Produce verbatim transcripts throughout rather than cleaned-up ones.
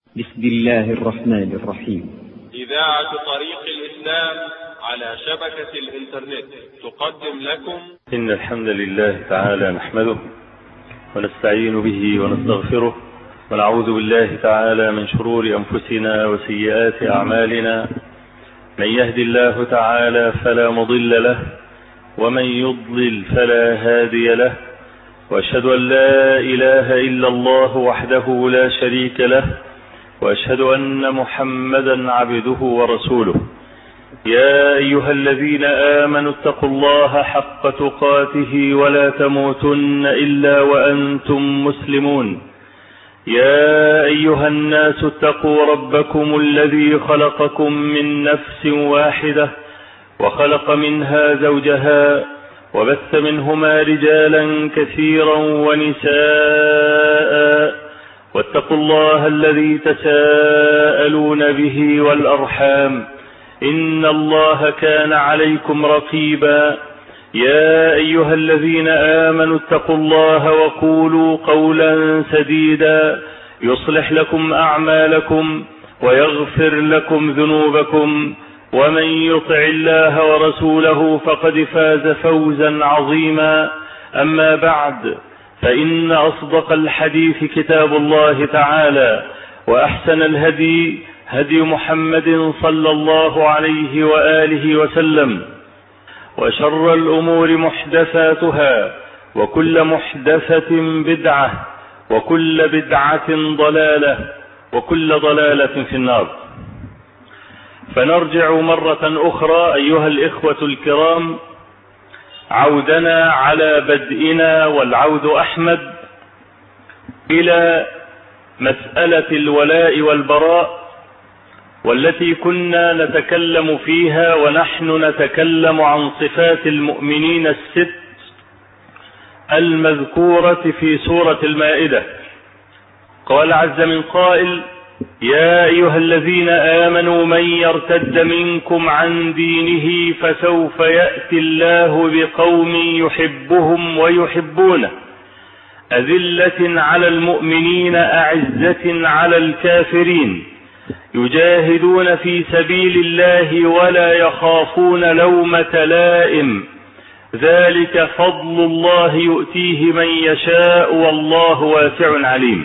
بسم الله الرحمن الرحيم. إذاعة طريق الإسلام على شبكة الإنترنت تقدم لكم إن الحمد لله تعالى نحمده ونستعين به ونستغفره ونعوذ بالله تعالى من شرور أنفسنا وسيئات أعمالنا. من يهدي الله تعالى فلا مضل له ومن يضلل فلا هادي له، وأشهد أن لا إله إلا الله وحده لا شريك له، وأشهد أن محمدا عبده ورسوله. يا أيها الذين آمنوا اتقوا الله حق تقاته ولا تموتن إلا وأنتم مسلمون. يا أيها الناس اتقوا ربكم الذي خلقكم من نفس واحدة وخلق منها زوجها وبث منهما رجالا كثيرا ونساء، واتقوا الله الذي تساءلون به والأرحام إن الله كان عليكم رقيبا. يا أيها الذين آمنوا اتقوا الله وقولوا قولا سديدا يصلح لكم أعمالكم ويغفر لكم ذنوبكم، ومن يطع الله ورسوله فقد فاز فوزا عظيما. أما بعد، فإن أصدق الحديث كتاب الله تعالى، وأحسن الهدي هدي محمد صلى الله عليه وآله وسلم، وشر الأمور محدثاتها، وكل محدثة بدعة، وكل بدعة ضلالة، وكل ضلالة في النار. فنرجع مرة أخرى أيها الإخوة الكرام، عودنا على بدءنا والعود أحمد إلى مسألة الولاء والبراء، والتي كنا نتكلم فيها ونحن نتكلم عن صفات المؤمنين الست المذكورة في سورة المائدة. قال عز من قائل: يا أيها الذين آمنوا من يرتد منكم عن دينه فسوف يأتي الله بقوم يحبهم ويحبونه أذلة على المؤمنين أعزة على الكافرين يجاهدون في سبيل الله ولا يخافون لومة لائم ذلك فضل الله يؤتيه من يشاء والله واسع عليم.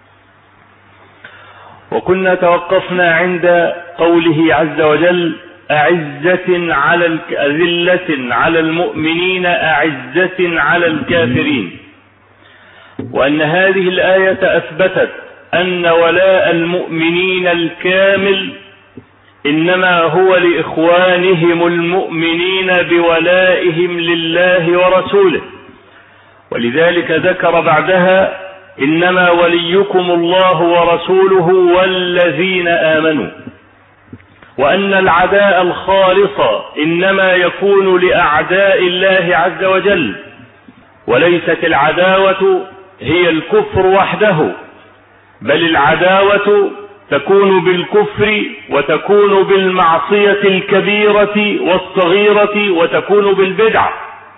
وكنا توقفنا عند قوله عز وجل: أعزة على أذلة على المؤمنين أعزة على الكافرين، وأن هذه الآية أثبتت أن ولاء المؤمنين الكامل إنما هو لإخوانهم المؤمنين بولائهم لله ورسوله، ولذلك ذكر بعدها: إنما وليكم الله ورسوله والذين آمنوا، وأن العداء الخالص إنما يكون لأعداء الله عز وجل، وليست العداوة هي الكفر وحده، بل العداوة تكون بالكفر وتكون بالمعصية الكبيرة والصغيرة وتكون بالبدعة،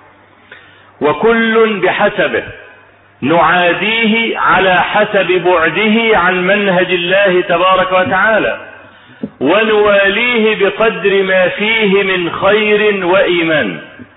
وكل بحسبه، نعاديه على حسب بعده عن منهج الله تبارك وتعالى، ونواليه بقدر ما فيه من خير وإيمان.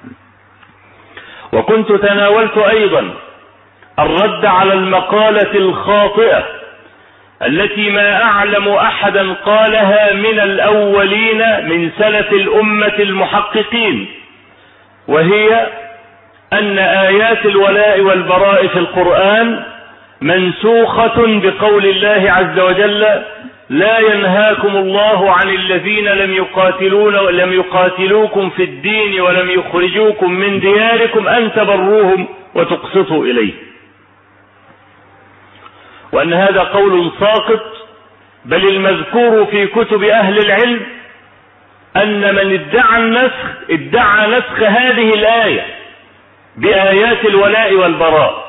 وكنت تناولت أيضا الرد على المقالة الخاطئة التي ما أعلم أحدا قالها من الأولين من سلف الأمة المحققين، وهي أن آيات الولاء والبراء في القرآن منسوخة بقول الله عز وجل: لا ينهاكم الله عن الذين لم يقاتلون لم يقاتلوكم في الدين ولم يخرجوكم من دياركم أن تبروهم وتقسطوا إليه. وأن هذا قول ساقط، بل المذكور في كتب أهل العلم أن من ادعى النسخ ادعى نسخ هذه الآية بآيات الولاء والبراء،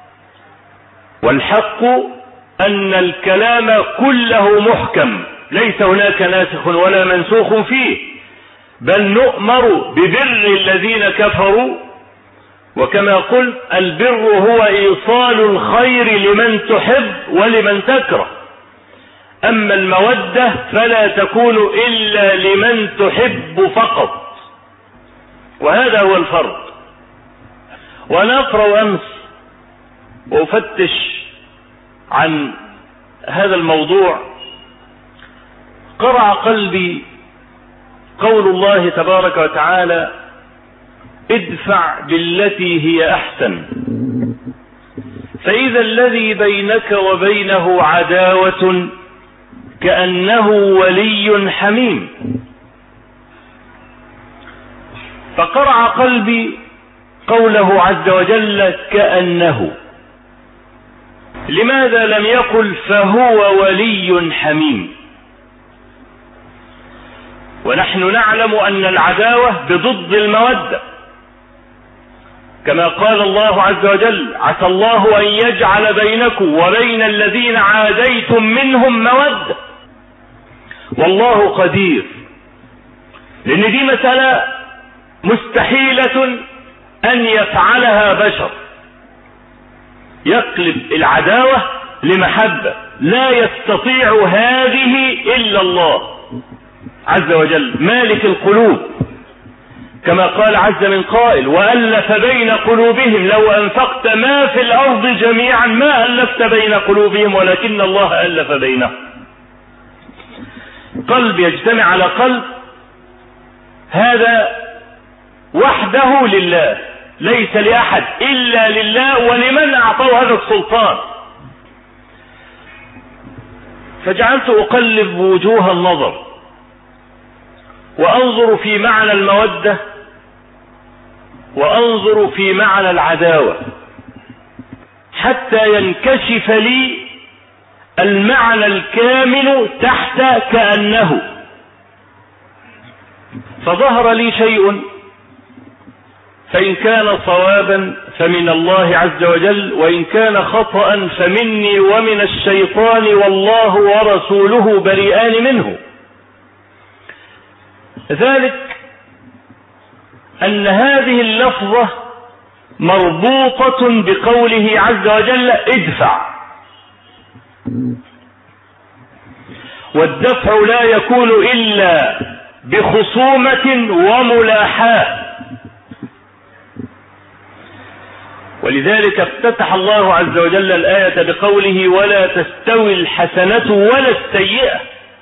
والحق أن الكلام كله محكم، ليس هناك ناسخ ولا منسوخ فيه، بل نؤمر ببر الذين كفروا. وكما قلت: البر هو إيصال الخير لمن تحب ولمن تكره، أما المودة فلا تكون إلا لمن تحب فقط، وهذا هو الفرق. وأنا أقرأ أمس وأفتش عن هذا الموضوع، قرع قلبي قول الله تبارك وتعالى: ادفع بالتي هي أحسن فإذا الذي بينك وبينه عداوة كأنه ولي حميم. فقرع قلبي قوله عز وجل كأنه. لماذا لم يقل فهو ولي حميم؟ ونحن نعلم أن العداوة بضد المودة، كما قال الله عز وجل: عسى الله أن يجعل بينكم وبين الذين عاديتم منهم مودة والله قدير. لأن دي مسألة مستحيلة أن يفعلها بشر، يقلب العداوة لمحبة، لا يستطيع هذه إلا الله عز وجل مالك القلوب، كما قال عز من قائل: وألف بين قلوبهم لو أنفقت ما في الأرض جميعا ما ألفت بين قلوبهم ولكن الله ألف بينهم. قلب يجتمع على قلب، هذا وحده لله، ليس لأحد إلا لله ولمن أعطوا هذا السلطان. فجعلت أقلب وجوه النظر وأنظر في معنى المودة وأنظر في معنى العداوة حتى ينكشف لي المعنى الكامل تحت كأنه. فظهر لي شيء، فإن كان صوابا فمن الله عز وجل، وإن كان خطأ فمني ومن الشيطان والله ورسوله بريئان منه. ذلك أن هذه اللفظة مربوطة بقوله عز وجل ادفع، والدفع لا يكون إلا بخصومة وملاحاة. ولذلك افتتح الله عز وجل الآية بقوله ولا تستوي الحسنة ولا السيئة.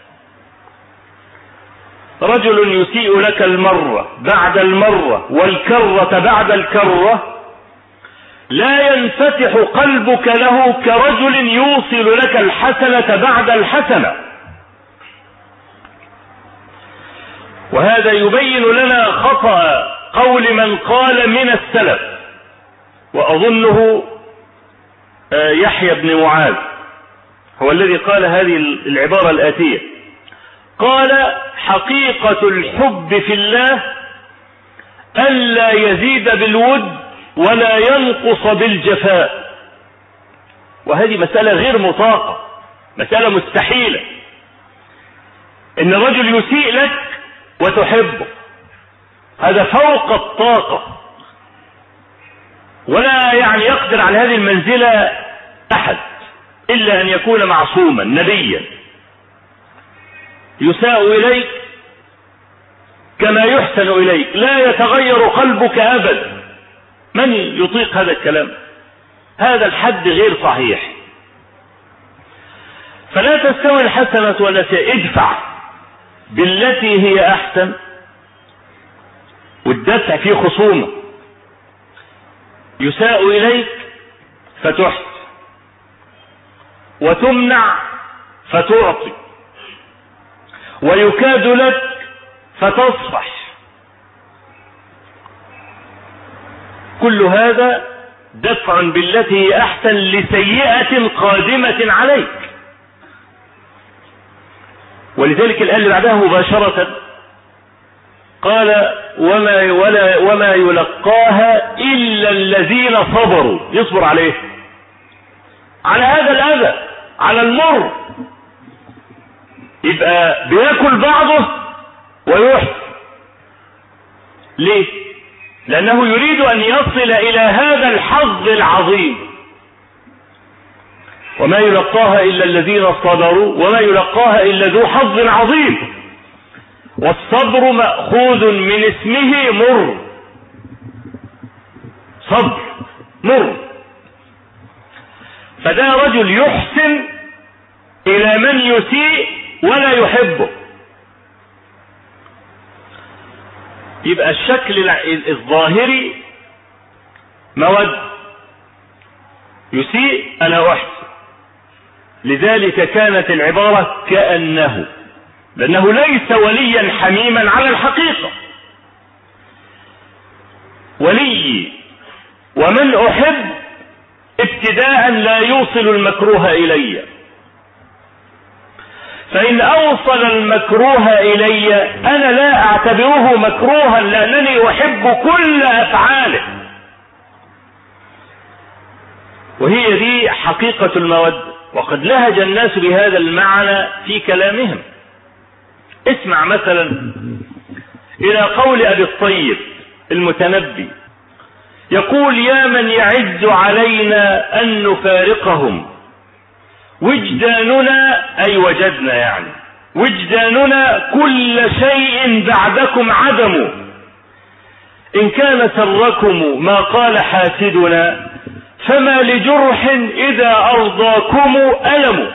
رجل يسيء لك المرة بعد المرة والكرة بعد الكرة، لا ينفتح قلبك له كرجل يوصل لك الحسنة بعد الحسنة. وهذا يبين لنا خطأ قول من قال من السلف، وأظنه يحيى بن معاذ هو الذي قال هذه العبارة الآتية، قال حقيقة الحب في الله ألا يزيد بالود ولا ينقص بالجفاء. وهذه مسألة غير مطاقة، مسألة مستحيلة، إن رجل يسيء لك وتحبه، هذا فوق الطاقة، ولا يعني يقدر على هذه المنزلة أحد إلا أن يكون معصوما نبيا. يساء إليك كما يحسن إليك، لا يتغير قلبك أبدا. من يطيق هذا الكلام؟ هذا الحد غير صحيح. فلا تستوي الحسنة ولا سيئة، ادفع بالتي هي أحسن، والدفع فيه خصومة. يساء إليك فتحسن، وتمنع فتعطي، ويكاد لك فتصفح. كل هذا دفع بالتي هي أحسن لسيئة قادمة عليك. ولذلك الآية اللي بعدها مباشرة قال وما, ولا وما يلقاها إلا الذين صبروا. يصبر عليه، على هذا الأذى، على المر، يبقى بياكل بعضه ويحسن. ليه؟ لأنه يريد أن يصل إلى هذا الحظ العظيم. وما يلقاها إلا الذين صبروا وما يلقاها إلا ذو حظ عظيم. والصبر مأخوذ من اسمه مر، صبر مر. فده رجل يحسن إلى من يسيء ولا يحبه. يبقى الشكل الظاهري مود، يسيء أنا أحسن. لذلك كانت العبارة كأنه، لأنه ليس وليا حميما على الحقيقة. ولي ومن أحب ابتداء لا يوصل المكروه إلي، فإن أوصل المكروه إلي أنا لا أعتبره مكروها لأنني أحب كل أفعاله. وهي دي حقيقة المودة. وقد لهج الناس بهذا المعنى في كلامهم. اسمع مثلا إلى قول أبي الطيب المتنبي، يقول: يا من يعز علينا أن نفارقهم، وجداننا أي وجدنا يعني وجداننا كل شيء بعدكم عدم، إن كان سركم ما قال حاسدنا، فما لجرح إذا أرضاكم ألم.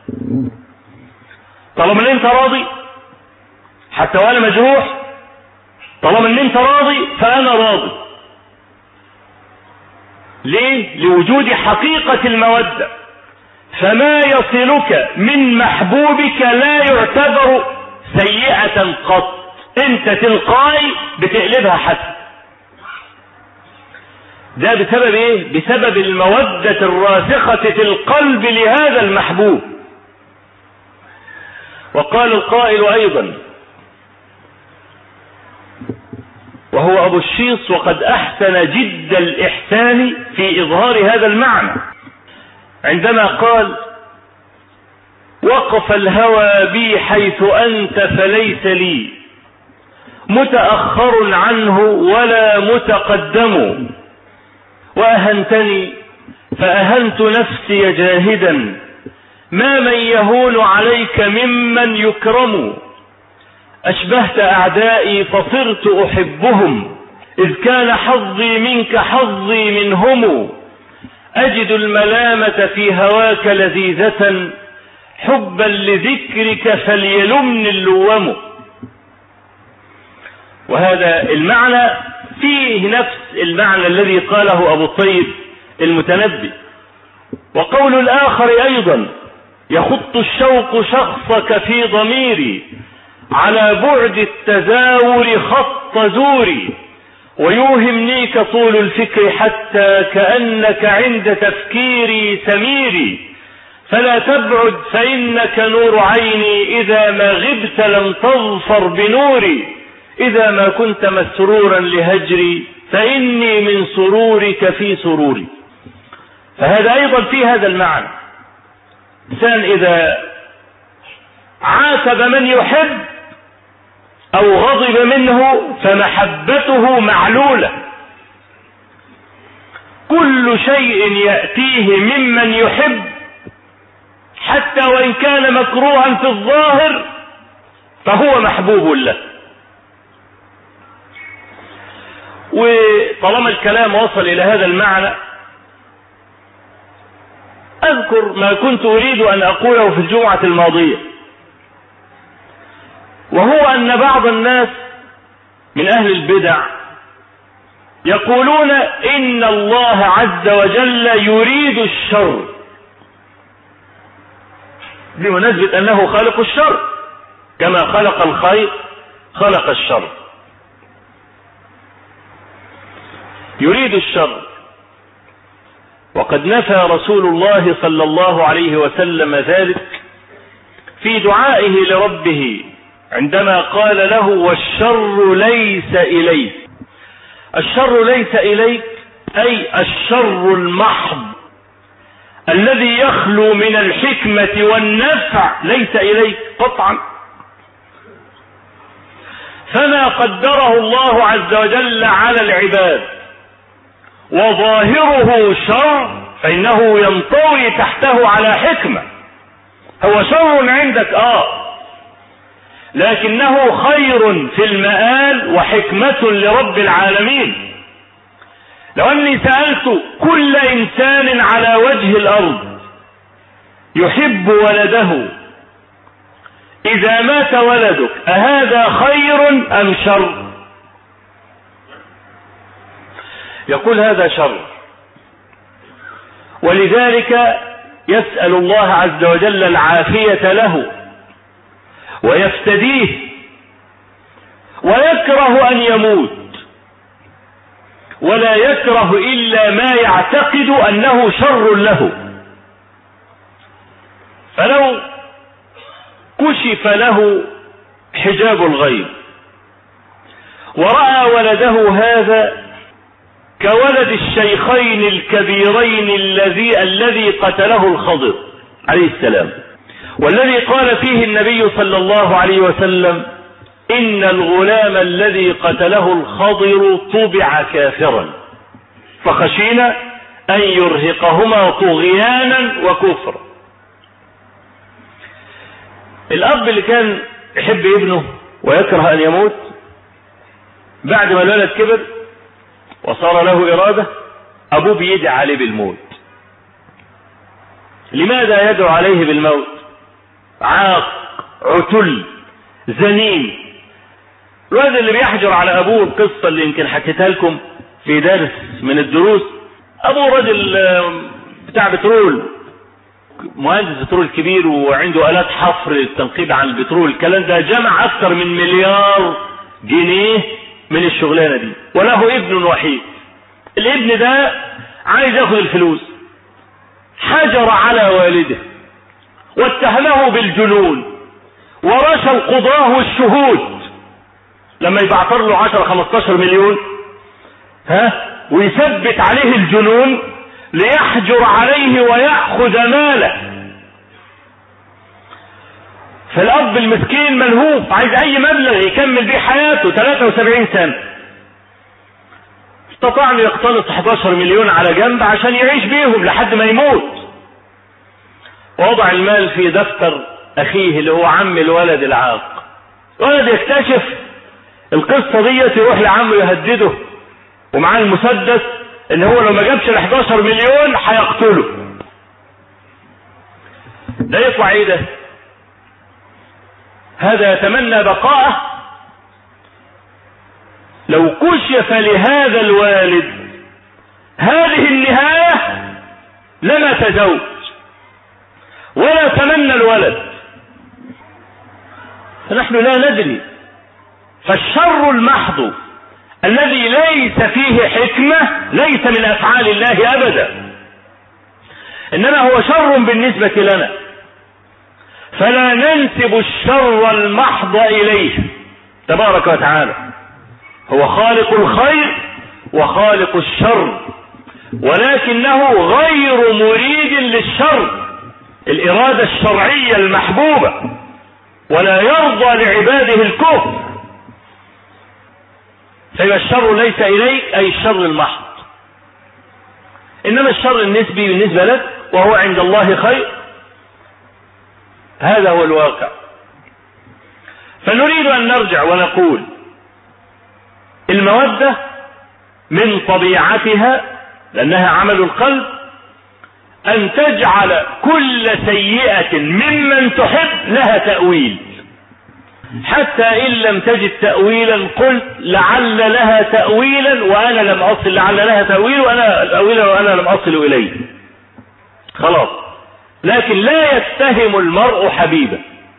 طالما ان انت راضي حتى وانا مجروح، طالما ان انت راضي فانا راضي. ليه؟ لوجود حقيقة المودة. فما يصلك من محبوبك لا يعتبر سيئة قط، انت تلقائي بتقلبها حسن. ده بسبب ايه؟ بسبب المودة الراسخة في القلب لهذا المحبوب. وقال القائل ايضا وهو ابو الشيص، وقد احسن جد الاحسان في اظهار هذا المعنى عندما قال: وقف الهوى بي حيث انت فليس لي متأخر عنه ولا متقدم، وأهنتني فأهنت نفسي جاهدا، ما من يهون عليك ممن يكرم. أشبهت أعدائي فصرت أحبهم، إذ كان حظي منك حظي منهم. أجد الملامة في هواك لذيذة، حبا لذكرك فليلمني اللوم. وهذا المعنى فيه نفس المعنى الذي قاله أبو الطيب المتنبي. وقول الآخر أيضا: يخط الشوق شخصك في ضميري، على بعد التزاور خط زوري، ويوهمنيك طول الفكر حتى كأنك عند تفكيري سميري، فلا تبعد فإنك نور عيني، إذا ما غبت لم تظفر بنوري، إذا ما كنت مسرورا لهجري فإني من سرورك في سروري. فهذا أيضا في هذا المعنى. إنسان إذا عاتب من يحب أو غضب منه فمحبته معلولة. كل شيء يأتيه ممن يحب حتى وإن كان مكروها في الظاهر فهو محبوب له. وطالما الكلام وصل إلى هذا المعنى، أذكر ما كنت أريد أن أقوله في الجمعة الماضية، وهو أن بعض الناس من أهل البدع يقولون إن الله عز وجل يريد الشر، بمناسبة أنه خالق الشر، كما خلق الخير خلق الشر. يريد الشر. وقد نفى رسول الله صلى الله عليه وسلم ذلك في دعائه لربه عندما قال له: والشر ليس إليك. الشر ليس إليك أي الشر المحض الذي يخلو من الحكمة والنفع ليس إليك قطعا. فما قدره الله عز وجل على العباد وظاهره شر فإنه ينطوي تحته على حكمة. هو شر عندك اه لكنه خير في المآل وحكمة لرب العالمين. لو أني سألت كل إنسان على وجه الأرض يحب ولده، إذا مات ولدك أهذا خير أم شر؟ يقول هذا شر. ولذلك يسأل الله عز وجل العافية له ويفتديه، ويكره أن يموت، ولا يكره إلا ما يعتقد أنه شر له. فلو كشف له حجاب الغيب ورأى ولده هذا كولد الشيخين الكبيرين الذي الذي قتله الخضر عليه السلام، والذي قال فيه النبي صلى الله عليه وسلم إن الغلام الذي قتله الخضر طبع كافرا فخشينا أن يرهقهما طغيانا وكفرا. الأب اللي كان يحب ابنه ويكره أن يموت، بعد ما الولد كبر وصار له إرادة، أبوه بيدعي عليه بالموت. لماذا يدعو عليه بالموت؟ عاق، عتل، زنين. الولد اللي بيحجر على أبوه، القصة اللي يمكن حكيتها لكم في درس من الدروس، أبوه رجل بتاع بترول، مهندس بترول كبير وعنده آلات حفر التنقيب عن البترول، الكلام ده جمع أكثر من مليار جنيه من الشغلانة دي، وله ابن وحيد. الابن ده عايز ياخد الفلوس، حجر على والده واتهمه بالجنون، ورشى القضاة والشهود لما يبعثر له عشرة خمستاشر مليون ها ويثبت عليه الجنون ليحجر عليه ويأخذ ماله. فالأب المسكين ملهوف، عايز أي مبلغ يكمل بيه حياته، ثلاثة وسبعين سنة. استطاع أن يقتنص احد عشر مليون على جنب عشان يعيش بيهم لحد ما يموت. ووضع المال في دفتر أخيه اللي هو عم الولد العاق. ولد يكتشف القصة دي، يروح لعمه يهدده ومعاه المسدس ان هو لو ما جابش ال احد عشر مليون هيقتله. ده يطلع ايه ده؟ هذا يتمنى بقاءه. لو كشف لهذا الوالد هذه النهاية لما تزوج ولا تمنى الولد. فنحن لا ندري. فالشر المحض الذي ليس فيه حكمة ليس من أفعال الله أبدا، إنما هو شر بالنسبة لنا، فلا ننسب الشر المحض إليه تبارك وتعالى. هو خالق الخير وخالق الشر، ولكنه غير مريد للشر الإرادة الشرعية المحبوبة، ولا يرضى لعباده الكفر. فيبقى الشر ليس إليك، أي الشر المحض، إنما الشر النسبي بالنسبة لك وهو عند الله خير. هذا هو الواقع. فنريد أن نرجع ونقول المودة من طبيعتها، لأنها عمل القلب، أن تجعل كل سيئة ممن تحب لها تأويل، حتى إن لم تجد تأويلا قلت لعل لها تأويلا وأنا لم أصل، لعل لها تأويل وأنا تأويلا وأنا لم أصل إليه، خلاص. لكن لا يتهم المرء حبيبه،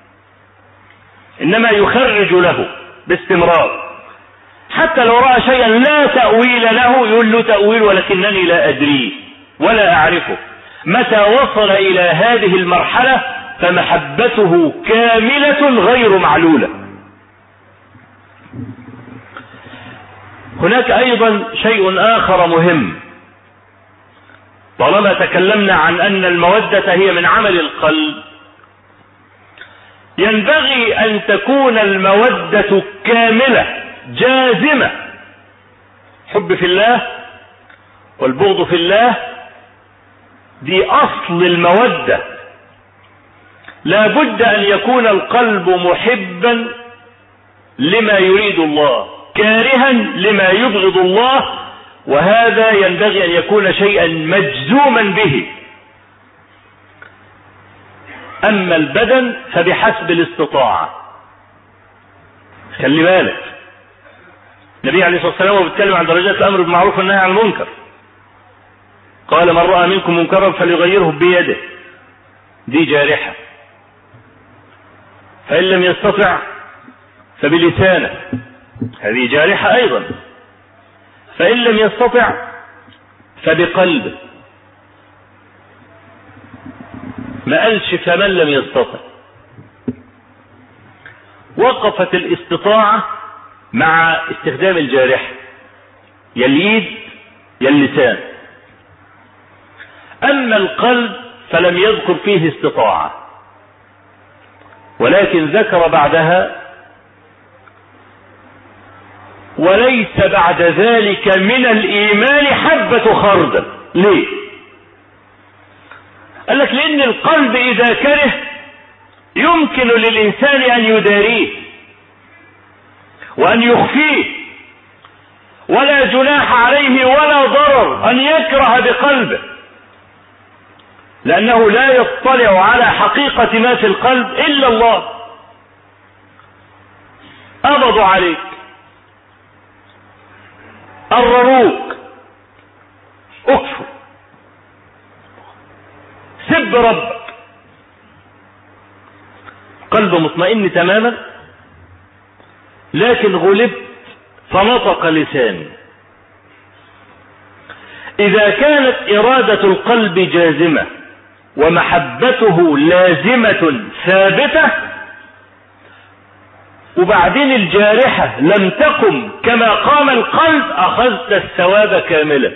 إنما يخرج له باستمرار. حتى لو رأى شيئا لا تأويل له يقول له تأويل ولكنني لا أدريه ولا أعرفه. متى وصل إلى هذه المرحلة فمحبته كاملة غير معلولة. هناك أيضا شيء آخر مهم. طالما تكلمنا عن أن المودة هي من عمل القلب، ينبغي أن تكون المودة كاملة جازمة. حب في الله والبغض في الله دي أصل المودة. لا بد أن يكون القلب محبا لما يريد الله، كارها لما يبغض الله، وهذا ينبغي أن يكون شيئا مجزوما به. أما البدن فبحسب الاستطاعة. خلي بالك، النبي عليه الصلاة والسلام وبيتكلم عن درجات الأمر بالمعروف والنهي عن المنكر قال: من رأى منكم منكرا فليغيره بيده، دي جارحة. فإن لم يستطع فبلسانه، هذه جارحة أيضا. فإن لم يستطع فبقلبه، ما قالش فمن لم يستطع. وقفت الاستطاعة مع استخدام الجارحة، يا اليد يا اللسان. أما القلب فلم يذكر فيه استطاعة، ولكن ذكر بعدها: وليس بعد ذلك من الإيمان حبة خردل. ليه؟ قال لك لأن القلب إذا كره يمكن للإنسان أن يداريه وأن يخفيه، ولا جناح عليه ولا ضرر أن يكره بقلبه، لأنه لا يطلع على حقيقة ما في القلب إلا الله. قبضوا عليك، قرروك، اكفر، سب ربك، قلب مطمئن تماما، لكن غلبت فنطق لساني. إذا كانت إرادة القلب جازمة ومحبته لازمة ثابتة، وبعدين الجارحة لم تقم كما قام القلب، أخذت الثواب كاملا.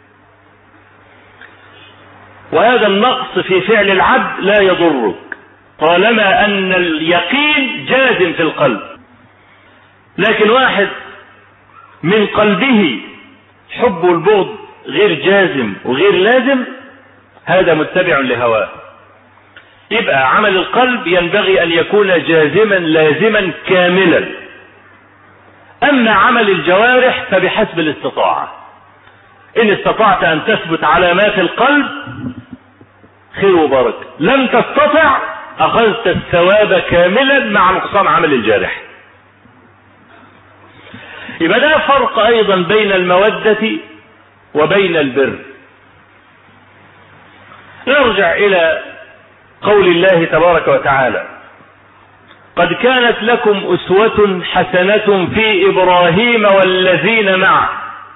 وهذا النقص في فعل العبد لا يضرك طالما أن اليقين جازم في القلب. لكن واحد من قلبه حب والبغض غير جازم وغير لازم، هذا متبع لهواه. يبقى عمل القلب ينبغي أن يكون جازما لازما كاملا. أما عمل الجوارح فبحسب الاستطاعة. إن استطعت أن تثبت على ما في القلب خير وبركة، لم تستطع أخذت الثواب كاملا مع نقصان عمل الجارح. يبقى ده فرق أيضا بين المودة وبين البر. نرجع إلى قول الله تبارك وتعالى: قد كانت لكم أسوة حسنة في إبراهيم والذين معه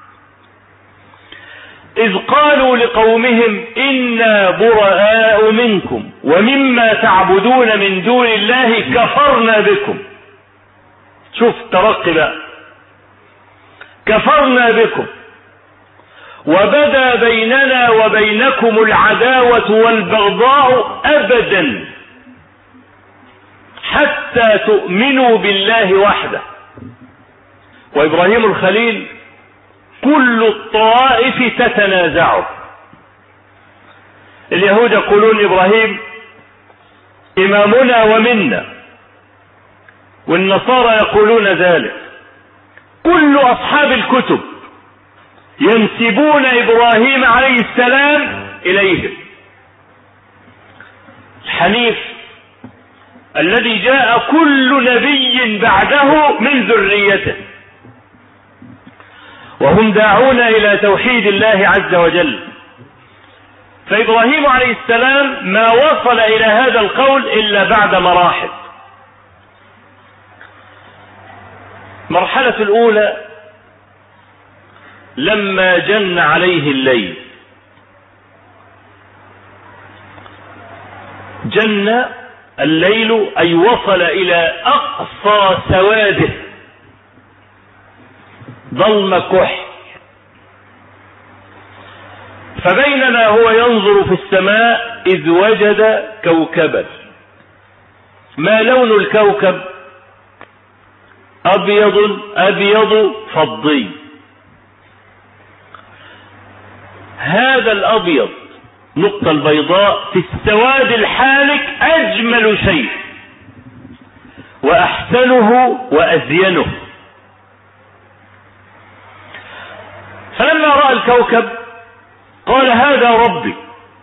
إذ قالوا لقومهم إنا براء منكم ومما تعبدون من دون الله كفرنا بكم. شوف ترقي بقى، كفرنا بكم وبدا بيننا وبينكم العداوة والبغضاء أبدا حتى تؤمنوا بالله وحده. وإبراهيم الخليل كل الطوائف تتنازعه. اليهود يقولون إبراهيم إمامنا ومنا، والنصارى يقولون ذلك. كل أصحاب الكتب ينسبون إبراهيم عليه السلام إليهم. الحنيف الذي جاء كل نبي بعده من ذريته، وهم داعون إلى توحيد الله عز وجل. فإبراهيم عليه السلام ما وصل إلى هذا القول إلا بعد مراحل. المرحلة الأولى لما جن عليه الليل، جن الليل أي وصل إلى أقصى سواده، ظلم كحل. فبينما هو ينظر في السماء إذ وجد كوكبا. ما لون الكوكب؟ أبيض أبيض فضي. هذا الأبيض النقطة البيضاء في السواد الحالك أجمل شيء وأحسنه وأزينه. فلما رأى الكوكب قال هذا ربي.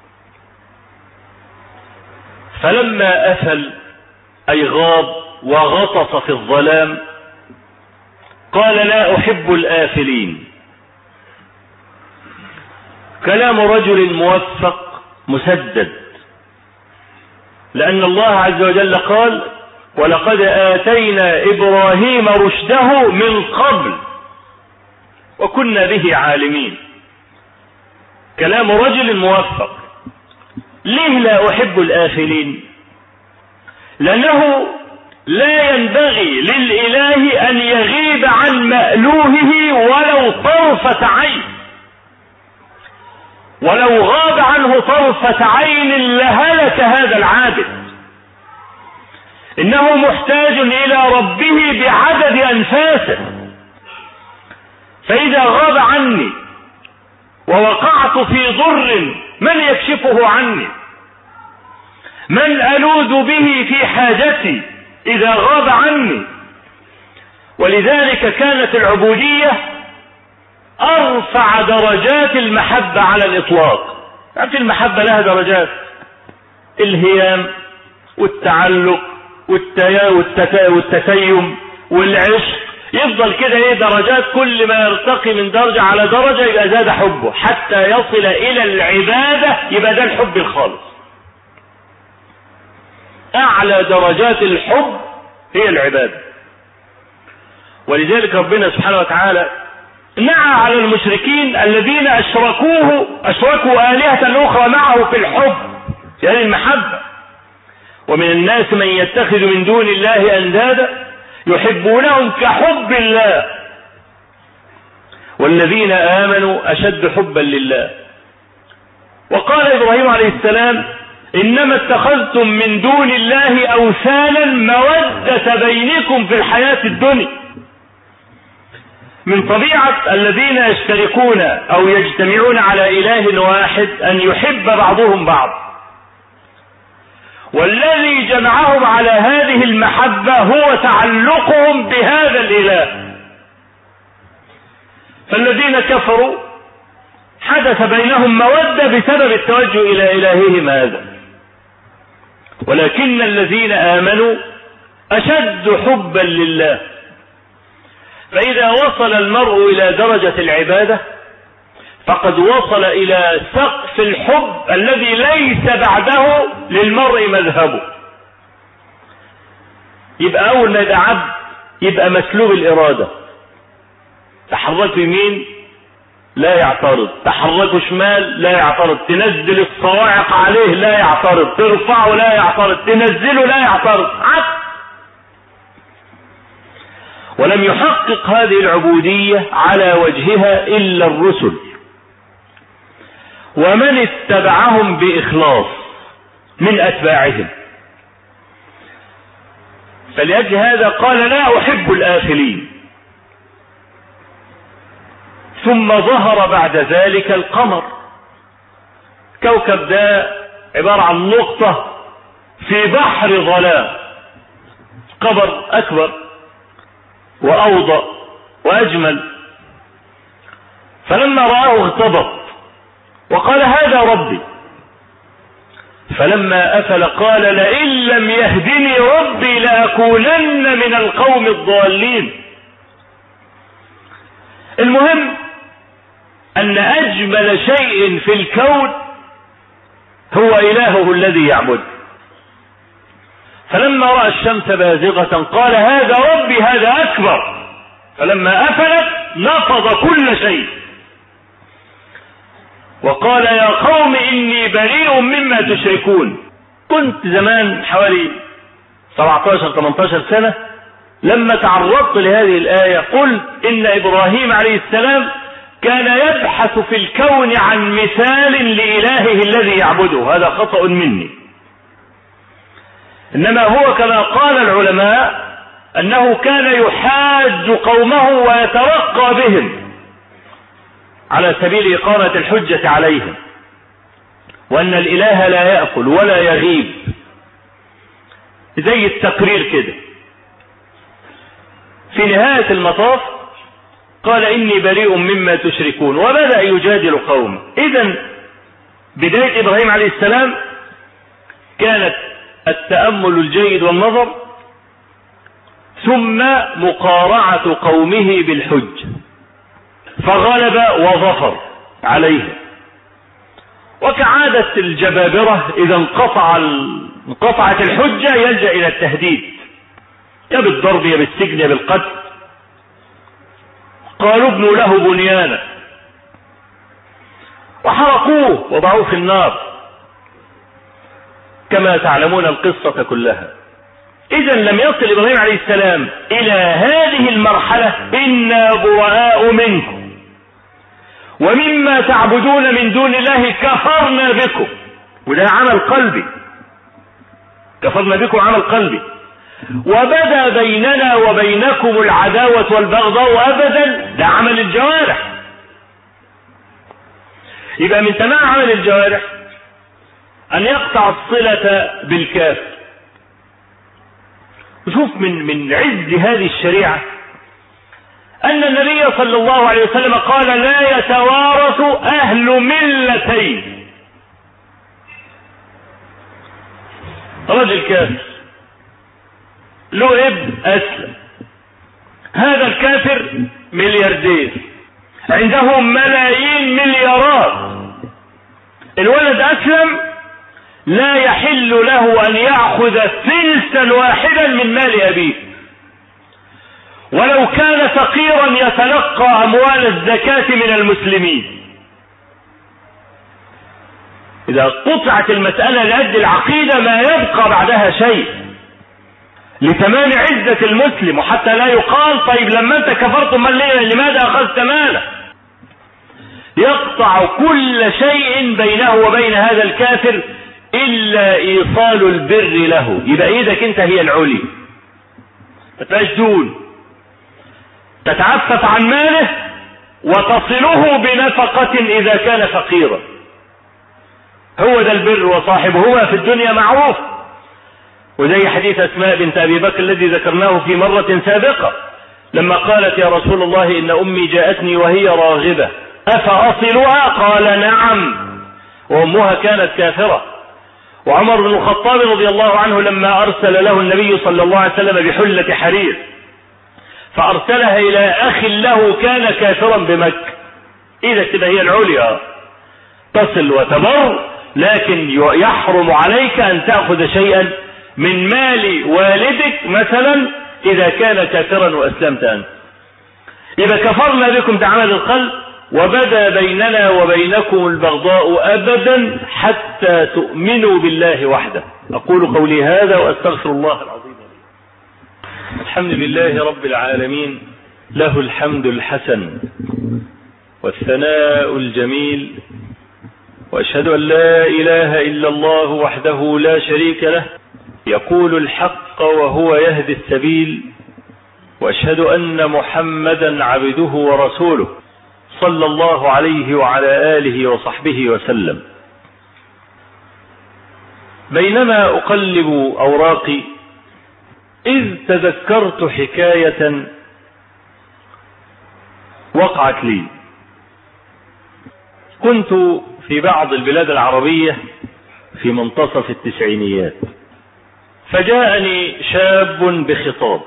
فلما أفل أي غاب وغطس في الظلام قال لا أحب الآفلين. كلام رجل موفق مسدد، لأن الله عز وجل قال ولقد آتينا إبراهيم رشده من قبل وكنا به عالمين. كلام رجل موفق. ليه لا أحب الآفلين؟ لأنه لا ينبغي للإله أن يغيب عن مألوهه ولو طرفة عين، ولو غاب عنه طرفة عين لهلك هذا العابد. إنه محتاج إلى ربه بعدد أنفاسه، فإذا غاب عني ووقعت في ضر من يكشفه عني؟ من ألوذ به في حاجتي إذا غاب عني؟ ولذلك كانت العبودية أرفع درجات المحبة على الإطلاق. يعني المحبة لها درجات: الهيام والتعلق والتتيم والعشق، يفضل كده ايه درجات، كل ما يرتقي من درجة على درجة يبقى زاد حبه حتى يصل إلى العبادة، يبقى ده الحب الخالص. أعلى درجات الحب هي العبادة. ولذلك ربنا سبحانه وتعالى نعى على المشركين الذين أشركوه أشركوا آلهة أخرى معه في الحب، يعني المحبة. ومن الناس من يتخذ من دون الله أندادا يحبونهم كحب الله والذين آمنوا أشد حبا لله. وقال إبراهيم عليه السلام إنما اتخذتم من دون الله أوثانا مودة بينكم في الحياة الدنيا. من طبيعة الذين يشتركون أو يجتمعون على إله واحد أن يحب بعضهم بعض، والذي جمعهم على هذه المحبة هو تعلقهم بهذا الإله. فالذين كفروا حدث بينهم مودة بسبب التوجه إلى إلههم هذا، ولكن الذين آمنوا أشد حبا لله. فإذا وصل المرء إلى درجة العبادة فقد وصل إلى سقف الحب الذي ليس بعده للمرء مذهبه. يبقى أول ما يبقى عبد يبقى مسلوب الإرادة، تحركوا يمين لا يعترض، تحركوا شمال لا يعترض، تنزل الصواعق عليه لا يعترض، ترفعه لا يعترض، تنزله لا يعترض، عبد. ولم يحقق هذه العبودية على وجهها إلا الرسل ومن اتبعهم بإخلاص من أتباعهم. فلأجل هذا قال لا أحب الآفلين. ثم ظهر بعد ذلك القمر. كوكب ده عبارة عن نقطة في بحر ظلام، قمر أكبر وأوضأ وأجمل. فلما رآه اغتبط وقال هذا ربي. فلما أفل قال لئن لم يهدني ربي لأكونن من القوم الضالين. المهم أن أجمل شيء في الكون هو إلهه الذي يعبد. فلما رأى الشمس بازغة قال هذا ربي هذا أكبر. فلما أفلت نفض كل شيء وقال يا قوم إني بريء مما تشركون. كنت زمان حوالي سبعتاشر ثمانية عشر سنة لما تعرضت لهذه الآية قلت إن إبراهيم عليه السلام كان يبحث في الكون عن مثال لإلهه الذي يعبده. هذا خطأ مني، إنما هو كما قال العلماء أنه كان يحاج قومه ويترقى بهم على سبيل إقامة الحجة عليهم. وأن الإله لا يأكل ولا يغيب، زي التقرير كده. في نهاية المطاف قال إني بريء مما تشركون، وبدأ يجادل قومه. إذن بداية إبراهيم عليه السلام كانت التأمل الجيد والنظر، ثم مقارعة قومه بالحج، فغلب وظفر عليه. وكعادة الجبابرة إذا انقطع انقطعت الحجة يلجأ إلى التهديد، يا بالضرب يا بالسجن يا بالقتل. قالوا ابنوا له بنيانا، وحرقوه وضعوه في النار، كما تعلمون القصة كلها. إذا لم يصل إبراهيم عليه السلام إلى هذه المرحلة إنا براء منكم ومما تعبدون من دون الله كفرنا بكم، وده عمل قلبي، كفرنا بكم عمل قلبي، وبدا بيننا وبينكم العداوة والبغضاء أبدا، ده عمل الجوارح. يبقى من تمام عمل الجوارح أن يقطع الصلة بالكافر. وشوف من من عز هذه الشريعة أن النبي صلى الله عليه وسلم قال لا يتوارث أهل ملتين. رجل كافر له ابن أسلم، هذا الكافر ملياردير عنده ملايين مليارات، الولد أسلم لا يحل له أن يأخذ ثلثا واحدا من مال أبيه، ولو كان فقيرا يتلقى أموال الزكاة من المسلمين. إذا قطعت المسألة لأجل العقيدة ما يبقى بعدها شيء، لتمام عزة المسلم، وحتى لا يقال طيب لما أنت كفرت مال لماذا أخذت ماله. يقطع كل شيء بينه وبين هذا الكافر إلا إيصال البر له. يبقى إيدك أنت هي العلي، ما تبقاش دون، تتعفف عن ماله وتصله بنفقة إذا كان فقيرا. هو ده البر، وصاحبه هو في الدنيا معروف. وزي حديث أسماء بنت أبي بكر الذي ذكرناه في مرة سابقة، لما قالت يا رسول الله إن أمي جاءتني وهي راغبة أفأصلها؟ قال نعم، وأمها كانت كافرة. وعمر بن الخطاب رضي الله عنه لما أرسل له النبي صلى الله عليه وسلم بحلة حرير فأرسلها إلى أخ له كان كافرا بمكة. إذا كده هي العليا، تصل وتبر، لكن يحرم عليك أن تأخذ شيئا من مال والدك مثلا إذا كان كافرا وأسلمت أنت. إذا كفرنا بكم تعمل القلب، وبدا بيننا وبينكم البغضاء أبدا حتى تؤمنوا بالله وحده. أقول قولي هذا وأستغفر الله العظيم لي. الحمد لله رب العالمين، له الحمد الحسن والثناء الجميل، وأشهد أن لا إله إلا الله وحده لا شريك له يقول الحق وهو يهدي السبيل، وأشهد أن محمدا عبده ورسوله صلى الله عليه وعلى آله وصحبه وسلم. بينما أقلب أوراقي إذ تذكرت حكاية وقعت لي. كنت في بعض البلاد العربية في منتصف التسعينيات، فجاءني شاب بخطاب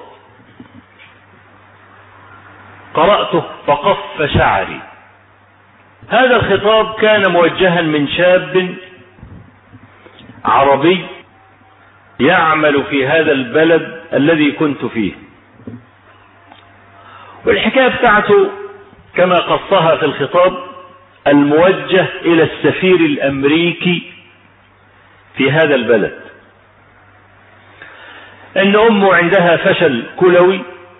قرأته فقف شعري. هذا الخطاب كان موجها من شاب عربي يعمل في هذا البلد الذي كنت فيه، والحكاية بتاعته كما قصها في الخطاب الموجه إلى السفير الأمريكي في هذا البلد، أن أمه عندها فشل كلوي،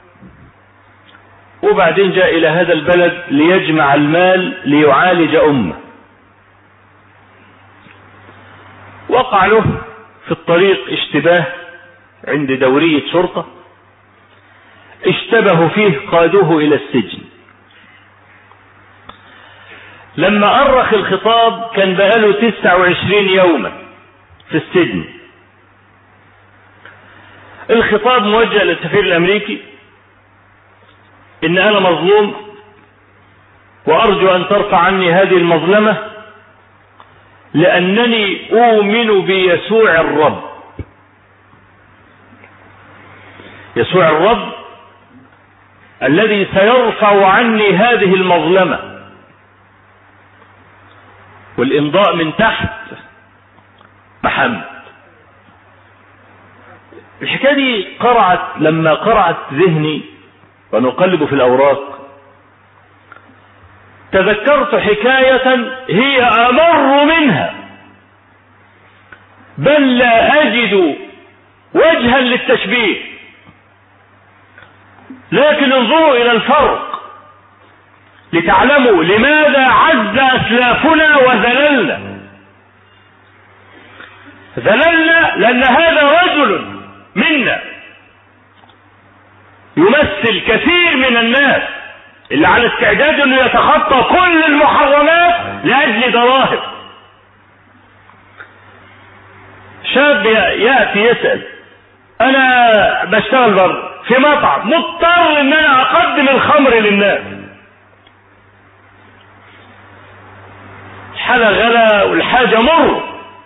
وبعدين جاء إلى هذا البلد ليجمع المال ليعالج أمه. وقع له في الطريق اشتباه عند دورية شرطة، اشتبهوا فيه قادوه إلى السجن. لما أرخ الخطاب كان بقاله تسعة وعشرين يوما في السجن. الخطاب موجه للسفير الأمريكي إن أنا مظلوم وأرجو أن ترفع عني هذه المظلمة لأنني أؤمن بيسوع الرب. يسوع الرب الذي سيرفع عني هذه المظلمة. والإمضاء من تحت محمد. الحكاية دي قرعت لما قرعت ذهني ونقلب في الأوراق تذكرت حكاية هي أمر منها، بل لا أجد وجها للتشبيه، لكن انظروا إلى الفرق لتعلموا لماذا عز أسلافنا وذللنا. ذللنا لأن هذا رجل منا يمثل كثير من الناس اللي على استعداد انه يتخطى كل المحرمات لاجل دراهم. شاب يأتي يسأل انا بشتغل بره في مطعم مضطر ان انا اقدم الخمر للناس، الحالة غلا والحاجة مر،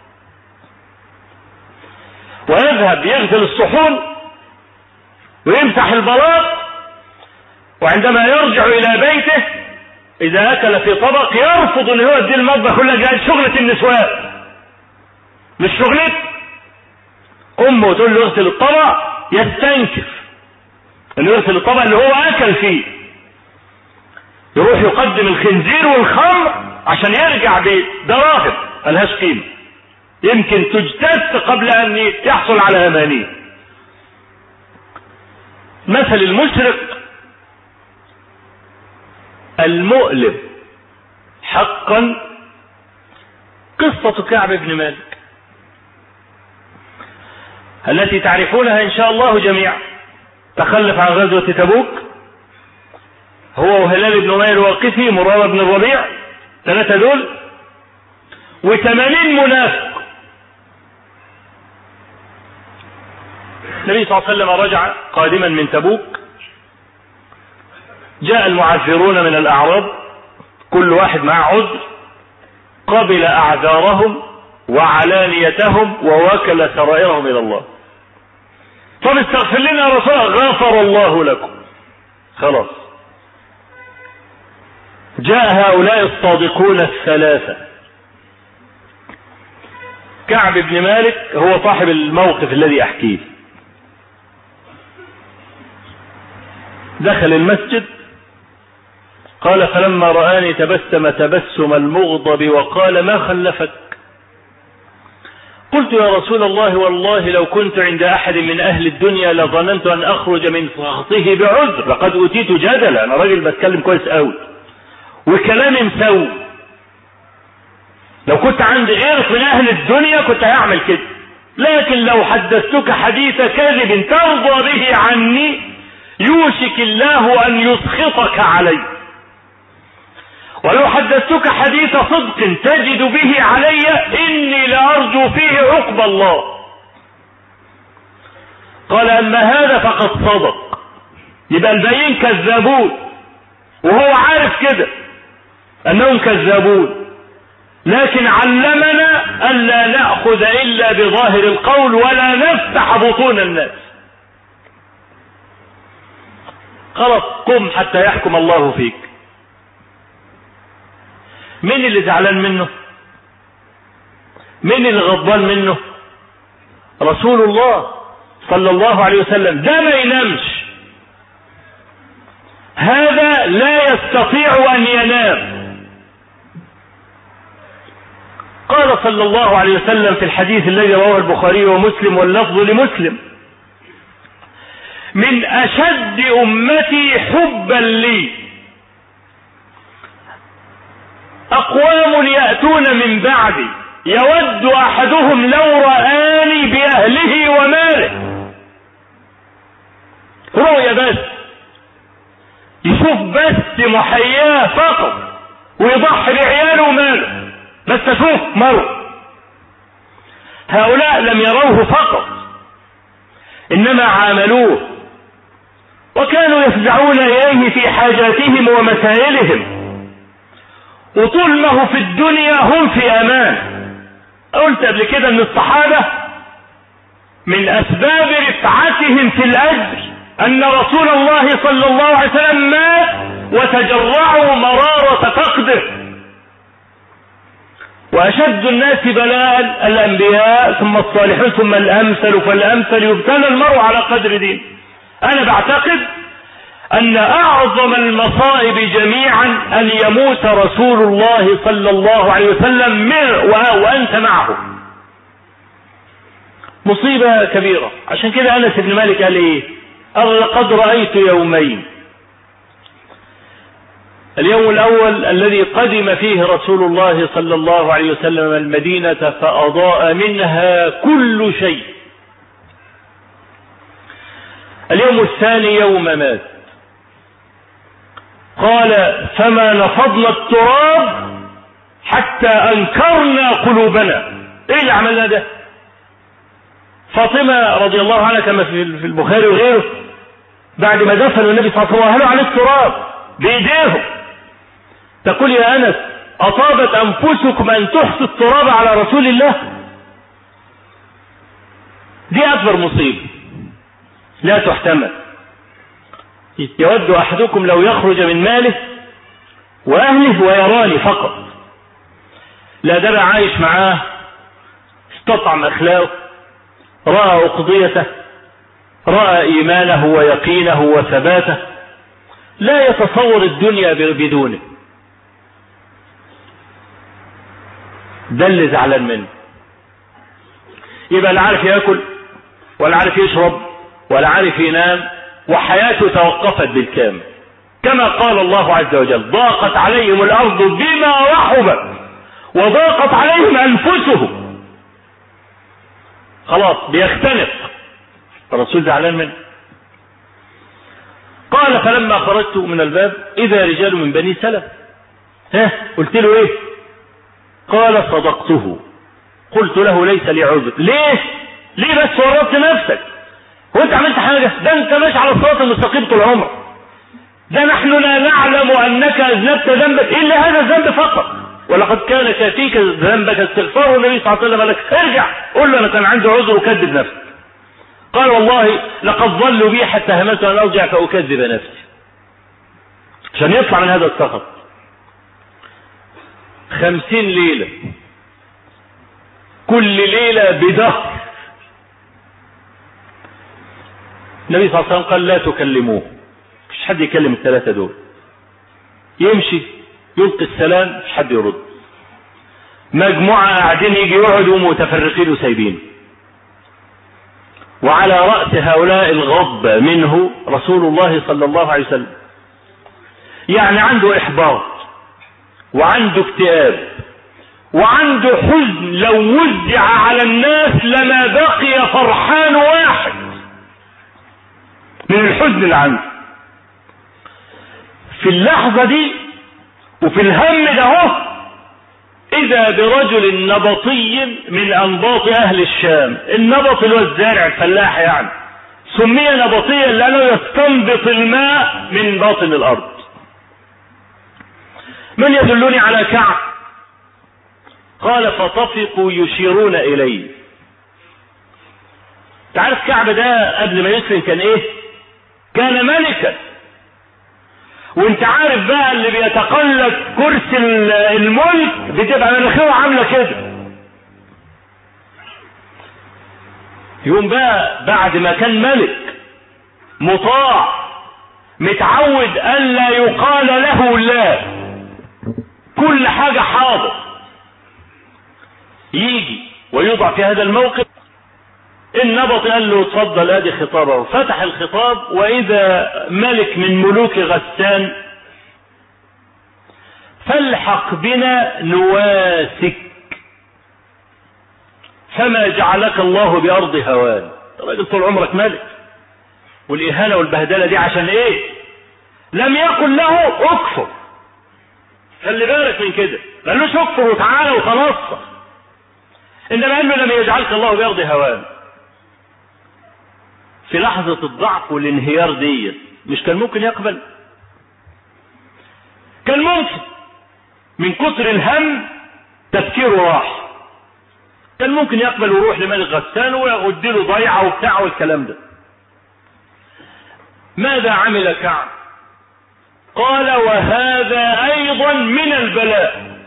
ويذهب يغسل الصحون ويمسح البلاط، وعندما يرجع الى بيته اذا اكل في طبق يرفض ان هو يدي المطبخ كلها جاي شغلة النسوان مش شغلت. امه تقول له اغسل الطبق يستنكف انه يغسل الطبق اللي هو اكل فيه، يروح يقدم الخنزير والخمر عشان يرجع بدراهم ملهاش قيمة يمكن تجتث قبل ان يحصل على امانيه. مثل المشرق المؤلم حقا قصة كعب بن مالك التي تعرفونها ان شاء الله جميعا. تخلف عن غزوة تبوك هو وهلال بن أمية الواقفي مرارة بن الربيع، ثلاثة دول وثمانين منافق. النبي صلى الله عليه وسلم رجع قادما من تبوك، جاء المعذرون من الأعراب كل واحد معه عذر، قبل أعذارهم وعلانيتهم ووكل سرائرهم إلى الله. طب استغفر لنا يا رسول الله، غفر الله لكم. خلاص جاء هؤلاء الصادقون الثلاثة. كعب بن مالك هو صاحب الموقف الذي أحكيه. دخل المسجد قال فلما رآني تبسم تبسم المغضب وقال ما خلفك؟ قلت يا رسول الله والله لو كنت عند أحد من أهل الدنيا لظننت أن أخرج من سخطه بعذر، لقد أوتيت جدلا، أنا راجل بتكلم كويس قوي وكلامي مسوي، لو كنت عند غيرك من أهل الدنيا كنت هعمل كده، لكن لو حدثتك حديث كذب ترضى به عني يوشك الله أن يسخطك علي، ولو حدثتك حديث صدق تجد به علي إني لأرجو فيه عقب الله. قال أما هذا فقد صدق، يبقى الباقيين كذابون وهو عارف كده أنهم كذابون، لكن علمنا ألا نأخذ إلا بظاهر القول ولا نفتح بطون الناس. خلاص قم حتى يحكم الله فيك. مين اللي زعلان منه؟ مين اللي غضبان منه؟ رسول الله صلى الله عليه وسلم. ده ما ينامش، هذا لا يستطيع أن ينام. قال صلى الله عليه وسلم في الحديث الذي رواه البخاري ومسلم واللفظ لمسلم من أشد أمتي حبا لي أقوام يأتون من بعدي يود أحدهم لو رآني بأهله وماله. رؤيا بس، يشوف بس محياه فقط ويضحي بعياله وماله، بس اشوف مر. هؤلاء لم يروه فقط، انما عاملوه وكانوا يفزعون اليه في حاجاتهم ومسائلهم، وطول ما هو في الدنيا هم في امان. قلت قبل كده ان الصحابة من اسباب رفعتهم في الاجر ان رسول الله صلى الله عليه وسلم مات وتجرعوا مرارة فقده. واشد الناس بلاء الانبياء ثم الصالحون ثم الامثل فالامثل، يبتلى المرء على قدر دين. انا بعتقد ان اعظم المصائب جميعا ان يموت رسول الله صلى الله عليه وسلم وانت معه، مصيبة كبيرة. عشان كده انس بن مالك قال ايه؟ قال لقد رأيت يومين. اليوم الاول الذي قدم فيه رسول الله صلى الله عليه وسلم المدينة فاضاء منها كل شيء. اليوم الثاني يوم مات. قال فما نفضنا التراب حتى انكرنا قلوبنا. ايه اللي عملنا ده؟ فاطمة رضي الله عنها كما في البخاري وغيره بعد ما دفنوا النبي صلى الله عليه وسلم وهلوا عليه التراب بايديهم، تقول يا انس اطابت انفسكم ان تحصوا التراب على رسول الله؟ دي اكبر مصيبة لا تحتمل. يود احدكم لو يخرج من ماله واهله ويراني فقط. لا ده عايش معاه، استطعم اخلاقه، رأى أقضيته، رأى إيمانه ويقينه وثباته، لا يتصور الدنيا بدونه. ده اللي زعلان منه. يبقى لا عارف يأكل ولا عارف يشرب ولا عارف ينام، وحياته توقفت بالكامل. كما قال الله عز وجل ضاقت عليهم الأرض بما رحبت وضاقت عليهم أنفسهم. خلاص بيختنق. الرسول زعلان منه. قال فلما خرجت من الباب إذا رجال من بني سلم. ها قلت له ايه؟ قال صدقته. قلت له ليس لي عذر. ليه ليه بس ورطت نفسك؟ وانت عملت حاجة؟ ده انت ماشي على الصراط المستقيم طول عمرك. ده نحن لا نعلم انك اذنبت ذنبك الا هذا الذنب فقط، ولقد كان كافيك ذنبك استغفار النبي صلى الله عليه وسلم لك. ارجع قل له انا كان عندي عذر وكذب نفسي. قال والله لقد ظلوا بي حتى هممت ان ارجع فاكذب نفسي، عشان يطلع من هذا السخط. خمسين ليلة، كل ليلة بدهر. النبي صلى الله عليه وسلم قال لا تكلموه، مش حد يكلم الثلاثة دول. يمشي يلقي السلام مش حد يرد. مجموعة قاعدين يجي يقعدوا متفرقين وسايبين. وعلى رأس هؤلاء الغضب منه رسول الله صلى الله عليه وسلم. يعني عنده إحباط وعنده اكتئاب وعنده حزن، لو وزع على الناس لما بقي فرحان واحد من الحزن اللي عنده. في اللحظة دي وفي الهم ده هو إذا برجل نبطي من أنباط أهل الشام. النبط اللي هو الزارع الفلاح، يعني سمي نبطيا لأنه يستنبط الماء من باطن الأرض. من يدلني على كعب؟ قال فطفقوا يشيرون إليه. تعرف كعب ده قبل ما يسلم كان إيه؟ كان ملكا. وانت عارف بقى اللي بيتقلد كرسي الملك بتبقى مناخيره عامله كده. يوم بقى بعد ما كان ملك مطاع متعود الا يقال له لا، كل حاجه حاضر، يجي ويوضع في هذا الموقف. النبط قال له اتفضل ادي خطابه. فتح الخطاب واذا ملك من ملوك غسان فالحق بنا نواسك فما جعلك الله بارض هوان. راجل طول عمرك ملك، والاهانه والبهدله دي عشان ايه؟ لم يقل له اكفر، خلي بالك من كده، ما قالوش اكفر وتعالى وتنصر، انما قال له لم يجعلك الله بيرضي هوان. في لحظة الضعف والانهيار دي مش كان ممكن يقبل؟ كان ممكن، من كتر الهم تفكيره راح، كان ممكن يقبل ويروح لملك غسان ويغد له ضيعه وبتاع والكلام ده. ماذا عمل كعب؟ قال وهذا ايضا من البلاء،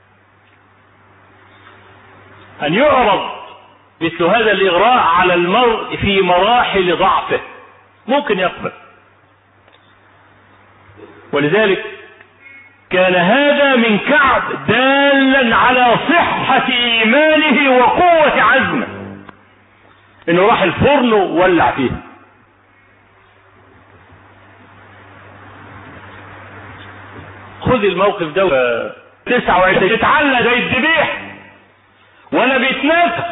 ان يعرض مثل هذا الاغراء على المرء في مراحل ضعفه، ممكن يقبل. ولذلك كان هذا من كعب دالا على صحة ايمانه وقوة عزمه، انه راح الفرن وولع فيه. خذ الموقف ده تسعة وعشرين تتعلى زي الذبيح ولا بيتنفخ.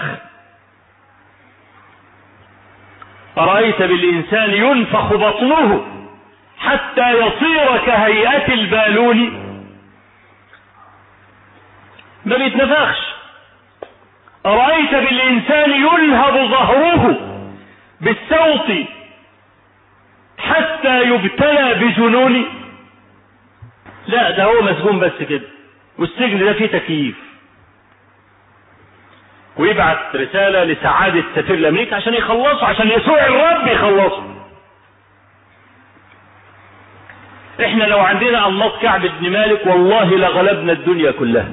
أرأيت بالإنسان ينفخ بطنه حتى يصير كهيئة البالون، ما بيتنفخش. أرأيت بالإنسان يلهب ظهره بالسوط حتى يبتلى بجنون، لا ده هو مسجون بس كده، والسجن ده فيه تكييف، ويبعت رسالة لسعادة سفير الأمريكا عشان يخلصوا، عشان يسوع الرب يخلصوا. احنا لو عندنا أنماط كعب بن مالك والله لغلبنا الدنيا كلها،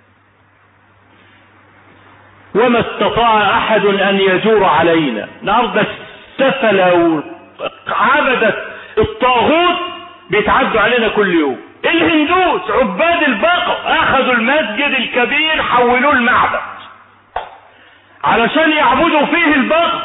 وما استطاع أحد أن يجور علينا. النهارده السفلة وعبدة الطاغوت بيتعدوا علينا كل يوم. الهندوس عباد البقر اخذوا المسجد الكبير حولوه المعبد علشان يعبدوا فيه البقر،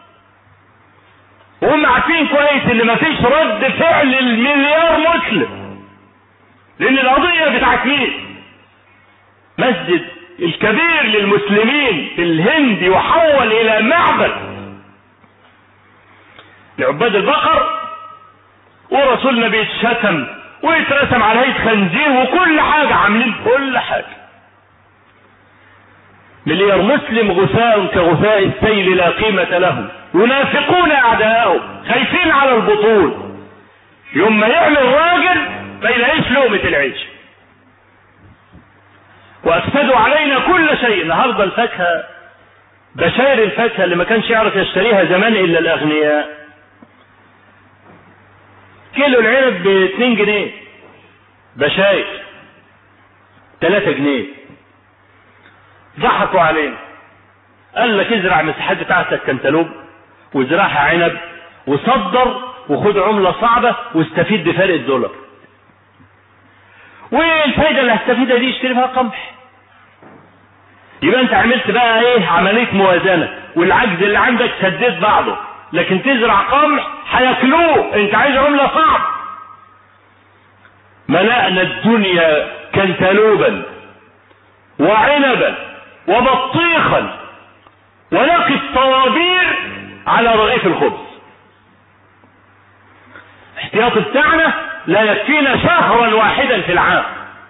وهم عارفين كويس ان مفيش رد فعل المليار مسلم، لان القضيه بتاعت مين؟ مسجد الكبير للمسلمين في الهند يحول الى معبد لعباد البقر، ورسولنا بيتشتم ويترسم على هيئة خنزير وكل حاجة، عاملين كل حاجة. مليار مسلم غثاء كغثاء السيل لا قيمة لهم، ينافقون أعداءهم خايفين على البطول، يوم ما يعمل راجل ما يلاقيش لقمة العيش. وأفسدوا علينا كل شيء. النهارده الفاكهة، بشاير الفاكهة اللي ما كانش يعرف يشتريها زمان إلا الأغنياء، كيلو العنب باتنين جنيه، بشاير تلاتة جنيه. ضحكوا علينا، قال لك ازرع مساحات بتاعتك كنتالوب وازرعها عنب وصدر وخد عملة صعبة واستفيد بفرق الدولار، والفايدة اللي هستفيدها دي اشتري بها قمح. يبقى انت عملت بقى ايه؟ عملية موازنة، والعجز اللي عندك سديت بعضه. لكن تزرع قمح هياكلوه، انت عايز عملة صعبة. ملأنا الدنيا كنتالوبا وعنبا وبطيخا ونقي الطوابير على رغيف الخبز. احتياط بتاعنا لا يكفينا شهرا واحدا في العام.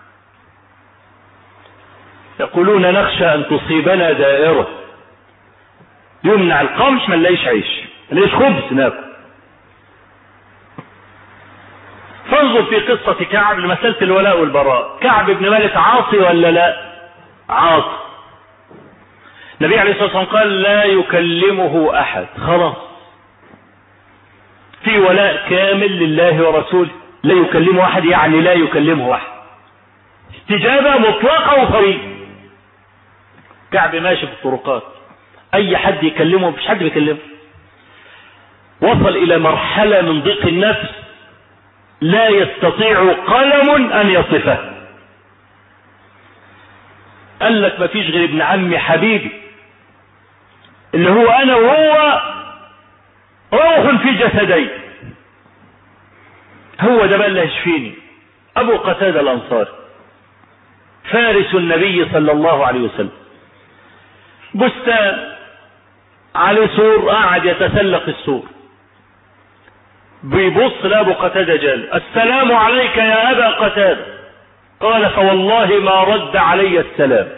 يقولون نخشى ان تصيبنا دائرة، يمنع القمح ما نلاقيش عيش، ما نلاقيش خبز ناكل. فانظر في قصة كعب لمسألة الولاء والبراء. كعب بن مالك عاصي ولا لا؟ عاصي. النبي عليه الصلاة والسلام قال لا يكلمه احد، خلاص في ولاء كامل لله ورسوله، لا يكلمه احد يعني لا يكلمه احد، استجابة مطلقة وفورية. كعب ماشي في الطرقات اي حد يكلمه مفيش حد بيكلمه، وصل الى مرحلة من ضيق النفس لا يستطيع قلم ان يصفه. قال لك مفيش غير ابن عمي حبيبي اللي هو انا وهو روح في جسدي، هو ده بقى اللي هيشفيني. ابو قتادة الانصاري فارس النبي صلى الله عليه وسلم، بستان عليه سور، قاعد يتسلق السور، بيبص لابو قتادة جال، السلام عليك يا ابا قتادة. قال فوالله ما رد علي السلام.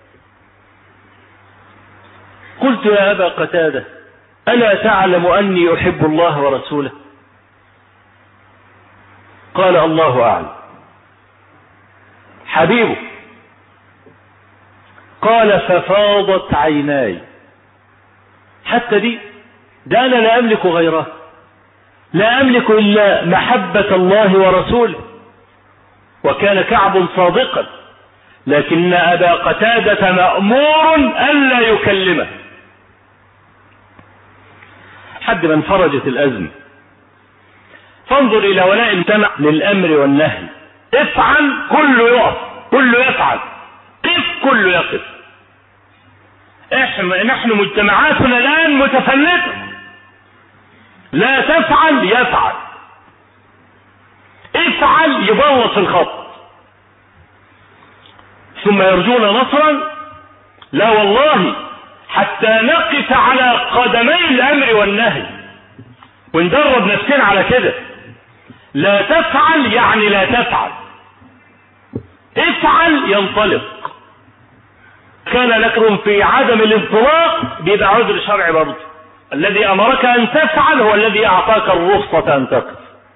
قلت يا أبا قتادة ألا تعلم أني أحب الله ورسوله؟ قال الله أعلم. حبيبه. قال ففاضت عيناي. حتى دي ده أنا لا أملك غيره، لا أملك إلا محبة الله ورسوله. وكان كعب صادقا، لكن أبا قتادة مأمور ألا يكلمه حد ما انفرجت الأزمة. فانظر إلى ولاء المجتمع للأمر والنهي. افعل كله يقف، كله يفعل، قف كله يقف. احنا نحن مجتمعاتنا الآن متفلتة، لا تفعل يفعل، افعل يبوظ الخط، ثم يرجون نصرا. لا والله حتى نقف على قدمي الأمر والنهي وندرب نفسنا على كده. لا تفعل يعني لا تفعل، افعل ينطلق. كان لكم في عدم الانطلاق بيبقى عذر شرعي برضه. الذي أمرك أن تفعل هو الذي أعطاك الرخصة أن تقف.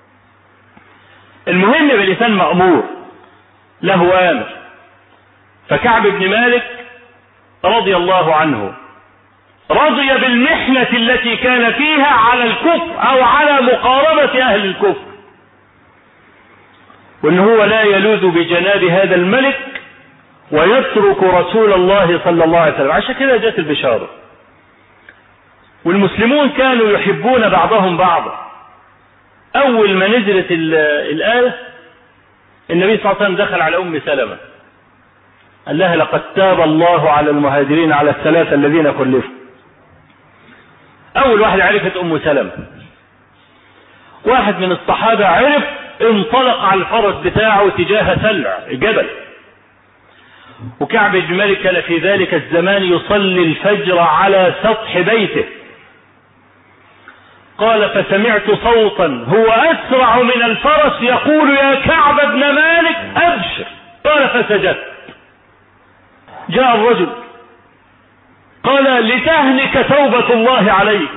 المهم بالإنسان مأمور له آمر. فكعب بن مالك رضي الله عنه رضي بالمحنة التي كان فيها على الكفر أو على مقاربة أهل الكفر، وأنه هو لا يلوذ بجناب هذا الملك ويترك رسول الله صلى الله عليه وسلم. عشان كده جاءت البشارة. والمسلمون كانوا يحبون بعضهم بعضا. أول ما نزلت الآية النبي صلى الله عليه وسلم دخل على أم سلمة قال لها لقد تاب الله على المهاجرين على الثلاثة الذين خلفوا. أول واحد عرفت أم سلمة. واحد من الصحابة عرف، انطلق على الفرس بتاعه تجاه سلع جبل. وكعب بن مالك كان في ذلك الزمان يصلي الفجر على سطح بيته. قال فسمعت صوتا هو أسرع من الفرس يقول يا كعب بن مالك أبشر. قال فسجدت. جاء الرجل قال لتهلك توبة الله عليك.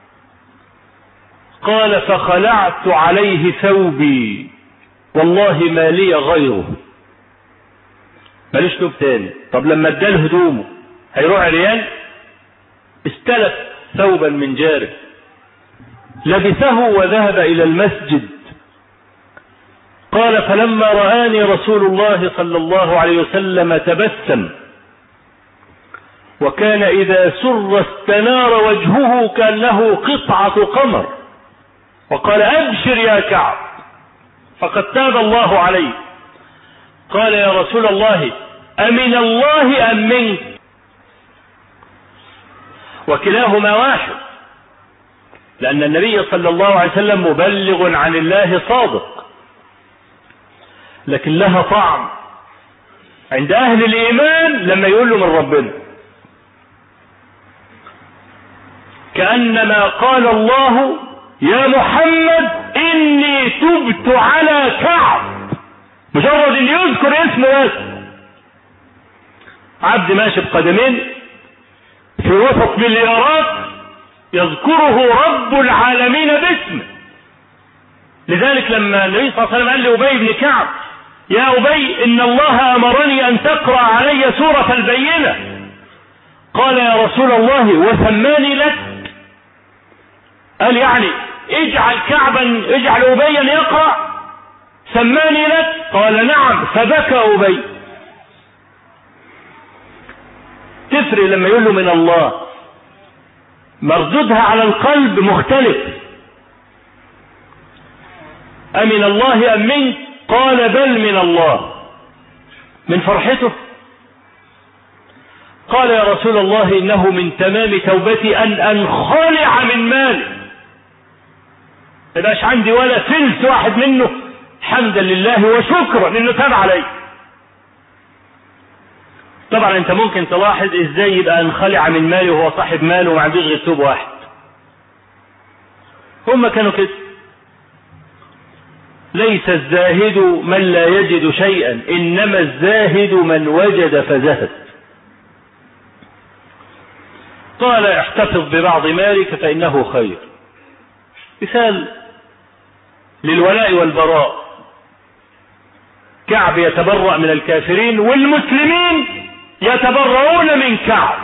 قال فخلعت عليه ثوبي والله ما لي غيره، ماليش ثوب تاني. طب لما اداله هدومه هيروح عريان؟ استلف ثوبا من جاره لبسه وذهب إلى المسجد. قال فلما رآني رسول الله صلى الله عليه وسلم تبسم، وكان إذا سر استنار وجهه كأنه قطعة قمر، وقال أبشر يا كعب فقد تاب الله عليه. قال يا رسول الله أمن الله أم منك؟ وكلاهما واحد، لأن النبي صلى الله عليه وسلم مبلغ عن الله صادق، لكن لها طعم عند أهل الإيمان لما يقول له من ربنا. كأنما قال الله يا محمد إني تبت على كعب، مجرد أن يذكر اسمه بس. عبد ماشي بقدمين في وسط مليارات يذكره رب العالمين باسمه. لذلك لما النبي صلى الله عليه وسلم قال لأبي بن كعب يا أبي إن الله أمرني أن تقرأ علي سورة البينة، قال يا رسول الله وسماني لك؟ قال يعني اجعل كعبا اجعل أبيا يقرأ، سماني لك؟ قال نعم. فبكى أبي. تفرق لما يقول له من الله، مردودها على القلب مختلف. أمن الله أم منك؟ قال بل من الله. من فرحته قال يا رسول الله إنه من تمام توبتي أن أنخلع من مالي، مبقاش عندي ولا فلس واحد منه، حمدا لله وشكرا انه تاب علي. طبعا انت ممكن تلاحظ ازاي يبقى انخلع من ماله وهو صاحب ماله وما عندوش غير ثوب واحد. هم كانوا كده. ليس الزاهد من لا يجد شيئا، إنما الزاهد من وجد فزهد. قال احتفظ ببعض مالك فإنه خير. مثال للولاء والبراء، كعب يتبرأ من الكافرين والمسلمين يتبرؤون من كعب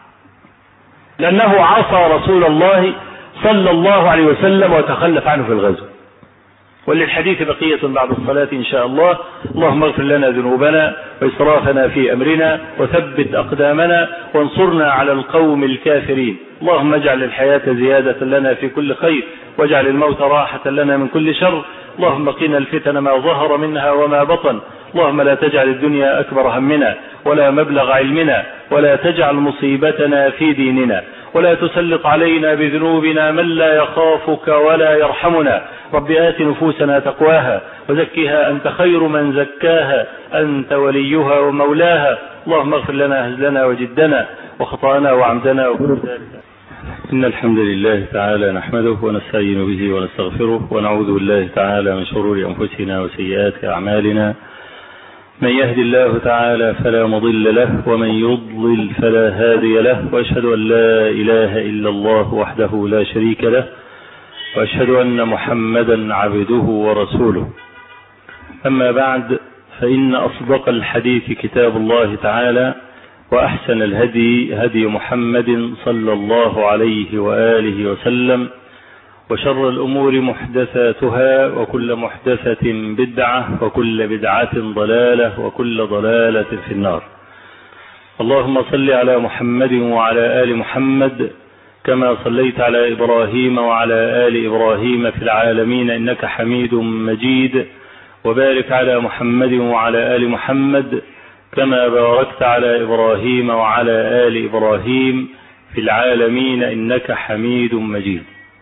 لأنه عصى رسول الله صلى الله عليه وسلم وتخلف عنه في الغزو. وللحديث بقية بعد الصلاة إن شاء الله. اللهم اغفر لنا ذنوبنا وإسرافنا في أمرنا وثبت أقدامنا وانصرنا على القوم الكافرين. اللهم اجعل الحياة زيادة لنا في كل خير واجعل الموت راحة لنا من كل شر. اللهم قنا الفتن ما ظهر منها وما بطن. اللهم لا تجعل الدنيا أكبر همنا ولا مبلغ علمنا ولا تجعل مصيبتنا في ديننا ولا تسلط علينا بذنوبنا من لا يخافك ولا يرحمنا. رب آت نفوسنا تقواها وزكها أنت خير من زكاها أنت وليها ومولاها. اللهم اغفر لنا هزلنا وجدنا وخطأنا وعمدنا وكل ذلك. إن الحمد لله تعالى نحمده ونستعين به ونستغفره ونعوذ بالله تعالى من شرور أنفسنا وسيئات أعمالنا. من يهد الله تعالى فلا مضل له ومن يضلل فلا هادي له، وأشهد أن لا إله إلا الله وحده لا شريك له، وأشهد أن محمدا عبده ورسوله. أما بعد، فإن أصدق الحديث كتاب الله تعالى، وأحسن الهدي هدي محمد صلى الله عليه وآله وسلم، وشر الأمور محدثاتها وكل محدثة بدعة وكل بدعة ضلالة وكل ضلالة في النار. اللهم صل على محمد وعلى آل محمد كما صليت على إبراهيم وعلى آل إبراهيم في العالمين إنك حميد مجيد، وبارك على محمد وعلى آل محمد كما باركت على إبراهيم وعلى آل إبراهيم في العالمين إنك حميد مجيد.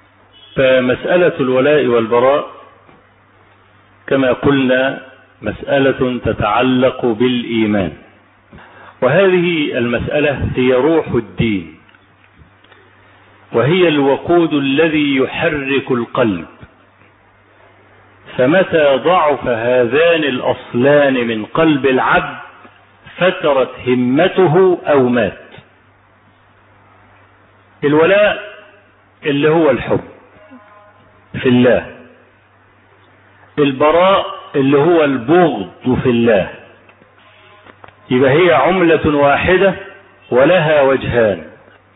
فمسألة الولاء والبراء كما قلنا مسألة تتعلق بالإيمان، وهذه المسألة هي روح الدين، وهي الوقود الذي يحرك القلب. فمتى ضعف هذان الأصلان من قلب العبد فترت همته أو مات. الولاء اللي هو الحب في الله، البراء اللي هو البغض في الله. يبقى هي عملة واحدة ولها وجهان،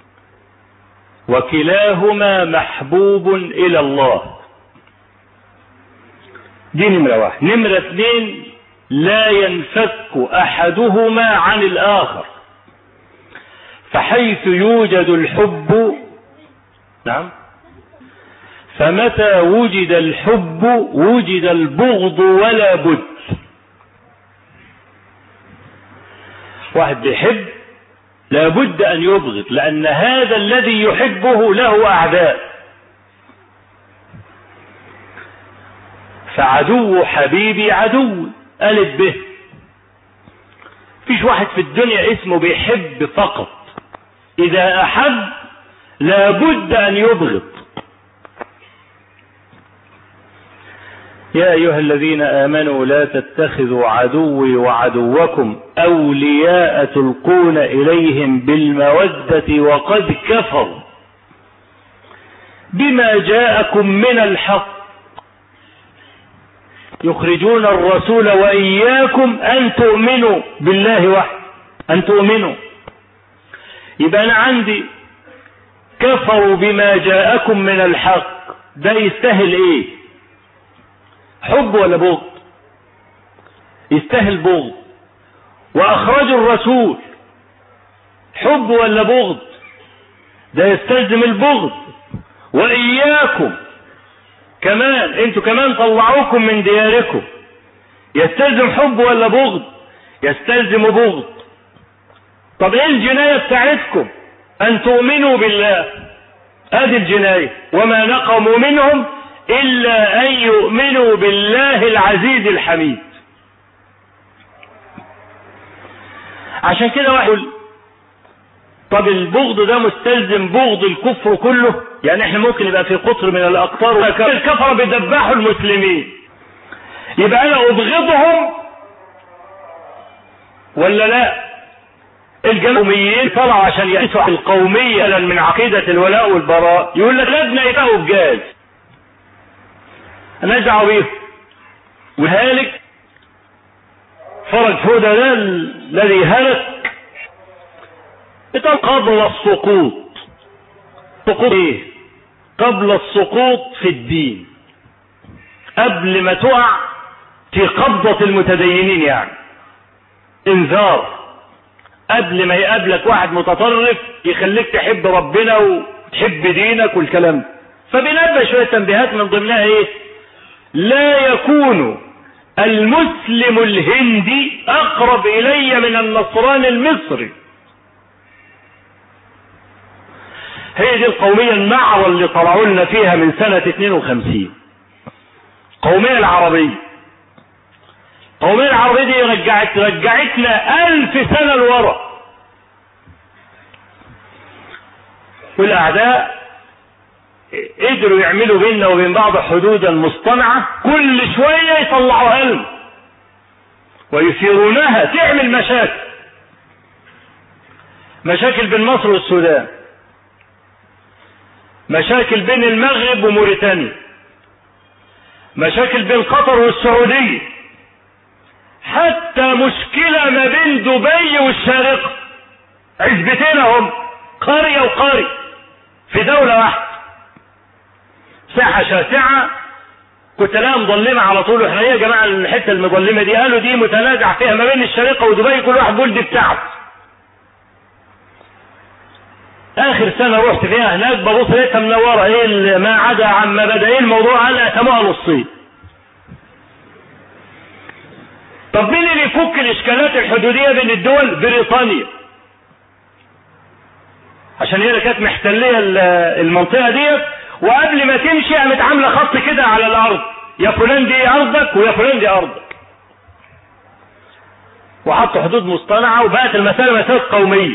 وكلاهما محبوب إلى الله. دي نمرة واحد. نمرة اثنين، لا ينفك أحدهما عن الآخر، فحيث يوجد الحب نعم فمتى وجد الحب وجد البغض ولا بد. واحد بيحب لا بد أن يبغض، لأن هذا الذي يحبه له أعداء. فعدو حبيبي عدو ألف به. فيش واحد في الدنيا اسمه بيحب فقط، إذا أحب لا بد أن يبغض. يا أيها الذين آمنوا لا تتخذوا عدوي وعدوكم أولياء تلقون إليهم بالمودة وقد كفروا بما جاءكم من الحق يخرجون الرسول وإياكم أن تؤمنوا بالله وحده. أن تؤمنوا، يبقى أنا عندي كفروا بما جاءكم من الحق، ده يستاهل إيه؟ حب ولا بغض؟ يستاهل بغض. وأخرجوا الرسول، حب ولا بغض؟ ده يستلزم البغض. وإياكم كمان، انتوا كمان طلعوكم من دياركم، يستلزم حب ولا بغض؟ يستلزم بغض. طب ايه الجناية بتاعتكم؟ ان تؤمنوا بالله. ادي الجناية. وما نقموا منهم الا ان يؤمنوا بالله العزيز الحميد. عشان كده واحد يقول طب البغض ده مستلزم بغض الكفر كله؟ يعني احنا ممكن يبقى في قطر من الاقطار الكفر بيدبحوا المسلمين، يبقى انا ابغضهم ولا لا؟ الجمهوريين طلعوا عشان يقيسوا القومية من عقيدة الولاء والبراء، يقول لك لازم يبقوا بجاز، انا دعوه بيهم. وهالك فرج فودة ده الذي هلك قبل السقوط. سقوط ايه؟ قبل السقوط في الدين، قبل ما تقع في قبضة المتدينين، يعني انذار قبل ما يقابلك واحد متطرف يخليك تحب ربنا وتحب دينك والكلام ده. فبنبه شوية تنبيهات من ضمنها ايه؟ لا يكون المسلم الهندي اقرب الي من النصراني المصري. هي دي القومية النعرة اللي طلعوا لنا فيها من سنة اثنين وخمسين، قومية العربية. القومية العربية دي رجعت رجعتنا ألف سنة لورا، والأعداء قدروا يعملوا بيننا وبين بعض حدودا مصطنعة كل شوية يطلعوها لنا ويثيرونها تعمل مشاكل، مشاكل بين مصر والسودان، مشاكل بين المغرب وموريتانيا، مشاكل بين قطر والسعودية، حتى مشكلة ما بين دبي والشارقة. عزبتين هم قرية وقرية في دولة واحدة، ساحة شاسعة كنت لا مظلمة على طول. احنا يا جماعة الحتة المظلمة دي قالوا دي متنازع فيها ما بين الشارقة ودبي، كل واحد بولد بتاعه. اخر سنة رحت فيها هناك ببص لقيتها منورة، ايه ما عدا عما بدأ ايه الموضوع، انا اتموها نصين. طب مين اللي يفك الاشكالات الحدودية بين الدول؟ بريطانيا، عشان هي كانت محتلية المنطقة دي، وقبل ما تمشي قامت عاملة خط كده على الارض، يا فلان دي ارضك ويا فلان دي ارضك، وحطوا حدود مصطنعة، وبقت المسألة مسألة قومية.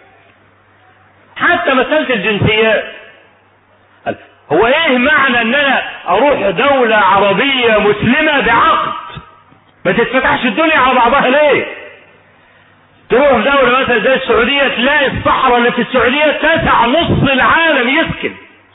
حتى مسألة الجنسيات، هو ايه معنى ان انا اروح دولة عربية مسلمة بعقد؟ ما تتفتحش الدنيا على بعضها ليه؟ تروح دولة مثلا زي السعودية تلاقي الصحراء اللي في السعودية تسع نص العالم يسكن،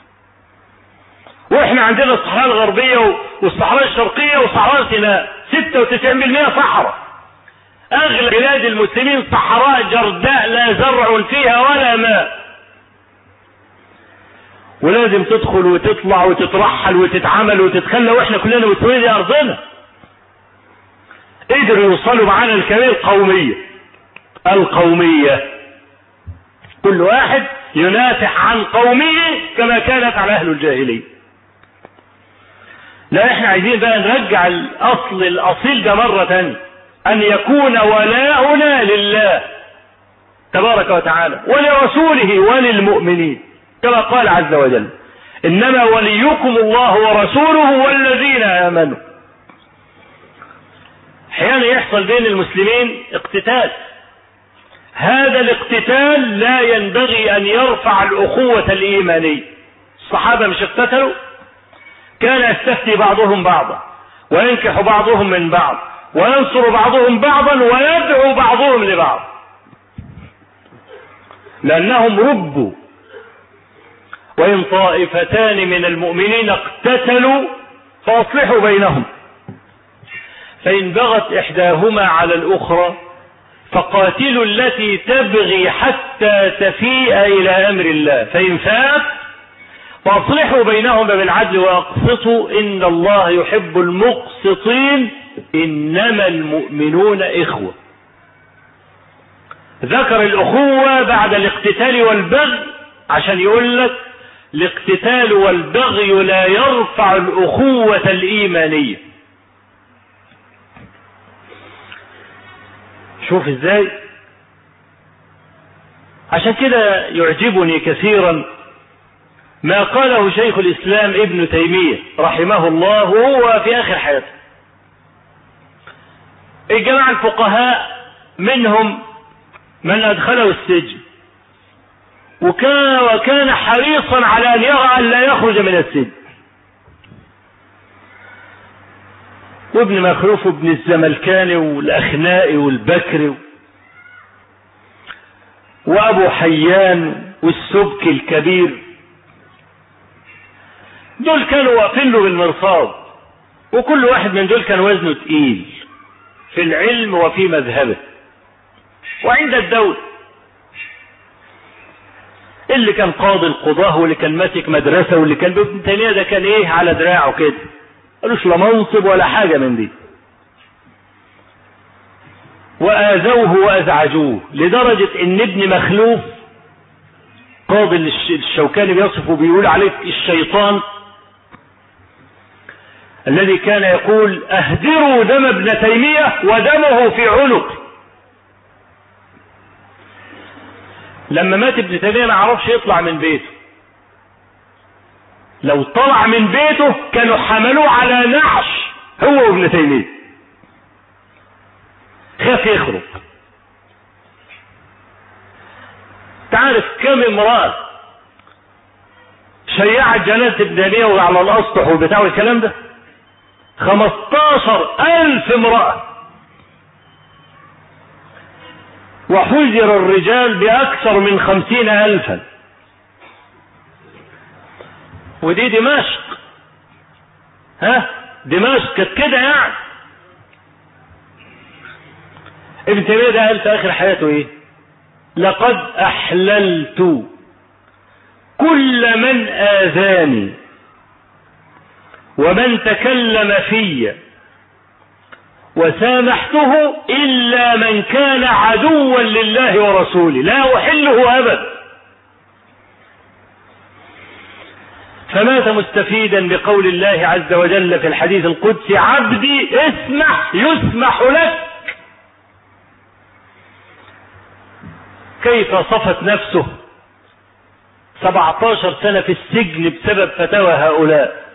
واحنا عندنا الصحراء الغربية والصحراء الشرقية وصحراء سيناء ستة وتسعين بالمئة صحراء. اغلب بلاد المسلمين صحراء جرداء لا زرع فيها ولا ماء، ولازم تدخل وتطلع وتترحل وتتعمل وتتخلى، واحنا كلنا مسلمين، دي ارضنا. قدروا يوصلوا معانا الكلمة القومية. القومية كل واحد ينافح عن قومه كما كانت على اهل الجاهلية. لا، احنا عايزين بقى نرجع الاصل الاصيل ده مرة تانية، ان يكون ولاؤنا لله تبارك وتعالى ولرسوله وللمؤمنين، كما قال عز وجل: انما وليكم الله ورسوله والذين امنوا. احيانا يحصل بين المسلمين اقتتال، هذا الاقتتال لا ينبغي ان يرفع الاخوة الايمانية. الصحابة مش اقتتلوا؟ كان يستفتي بعضهم بعضا، وينكح بعضهم من بعض، وينصر بعضهم بعضا، ويدعو بعضهم لبعض، لانهم ربوا. وإن طائفتان من المؤمنين اقتتلوا فأصلحوا بينهم، فإن بغت إحداهما على الأخرى فقاتلوا التي تبغي حتى تفيء إلى أمر الله، فإن فاءت فأصلحوا بينهما بالعدل وأقسطوا إن الله يحب المقسطين، إنما المؤمنون إخوة. ذكر الأخوة بعد الاقتتال والبغي عشان يقول لك الاقتتال والبغي لا يرفع الأخوة الإيمانية. شوف ازاي. عشان كده يعجبني كثيرا ما قاله شيخ الإسلام ابن تيمية رحمه الله وهو في آخر حياته. الجماعة الفقهاء منهم من أدخله السجن، وكان, وكان حريصا على أن يرى أن لا يخرج من السجن، وابن مخلوف وابن الزملكاني والأخنائي والبكري وأبو حيان والسبكي الكبير، دول كانوا واقفين له بالمرصاد، وكل واحد من دول كان وزنه تقيل في العلم وفي مذهبه وعند الدولة. اللي كان قاضي القضاه واللي كان ماسك مدرسة واللي كان ابن تيمية ده كان ايه على دراعه كده، قالوش لا منصب ولا حاجة من دي. وآذوه وأزعجوه لدرجة ان ابن مخلوف قاضي الشوكاني بيصفه بيقول عليه الشيطان الذي كان يقول اهدروا دم ابن تيمية ودمه في عنقي. لما مات ابن تيمية ما عرفش يطلع من بيته، لو طلع من بيته كانوا حملوه على نعش هو وابن تيمية، خاف يخرج. تعرف كم امرأة شيعت جنازة ابن تيمية وعلى الاسطح وبتاع الكلام ده؟ خمستاشر الف امرأة، وحذر الرجال باكثر من خمسين الفا. ودي دمشق، ها دمشق كانت كده يعني. ابن تيمية ده قال في اخر حياته ايه؟ لقد احللت كل من اذاني ومن تكلم في وسامحته الا من كان عدوا لله ورسوله لا احله ابدا. فمات مستفيدا بقول الله عز وجل في الحديث القدسي عبدي اسمح يسمح لك. كيف صفت نفسه سبعتاشر سنة في السجن بسبب فتاوى هؤلاء،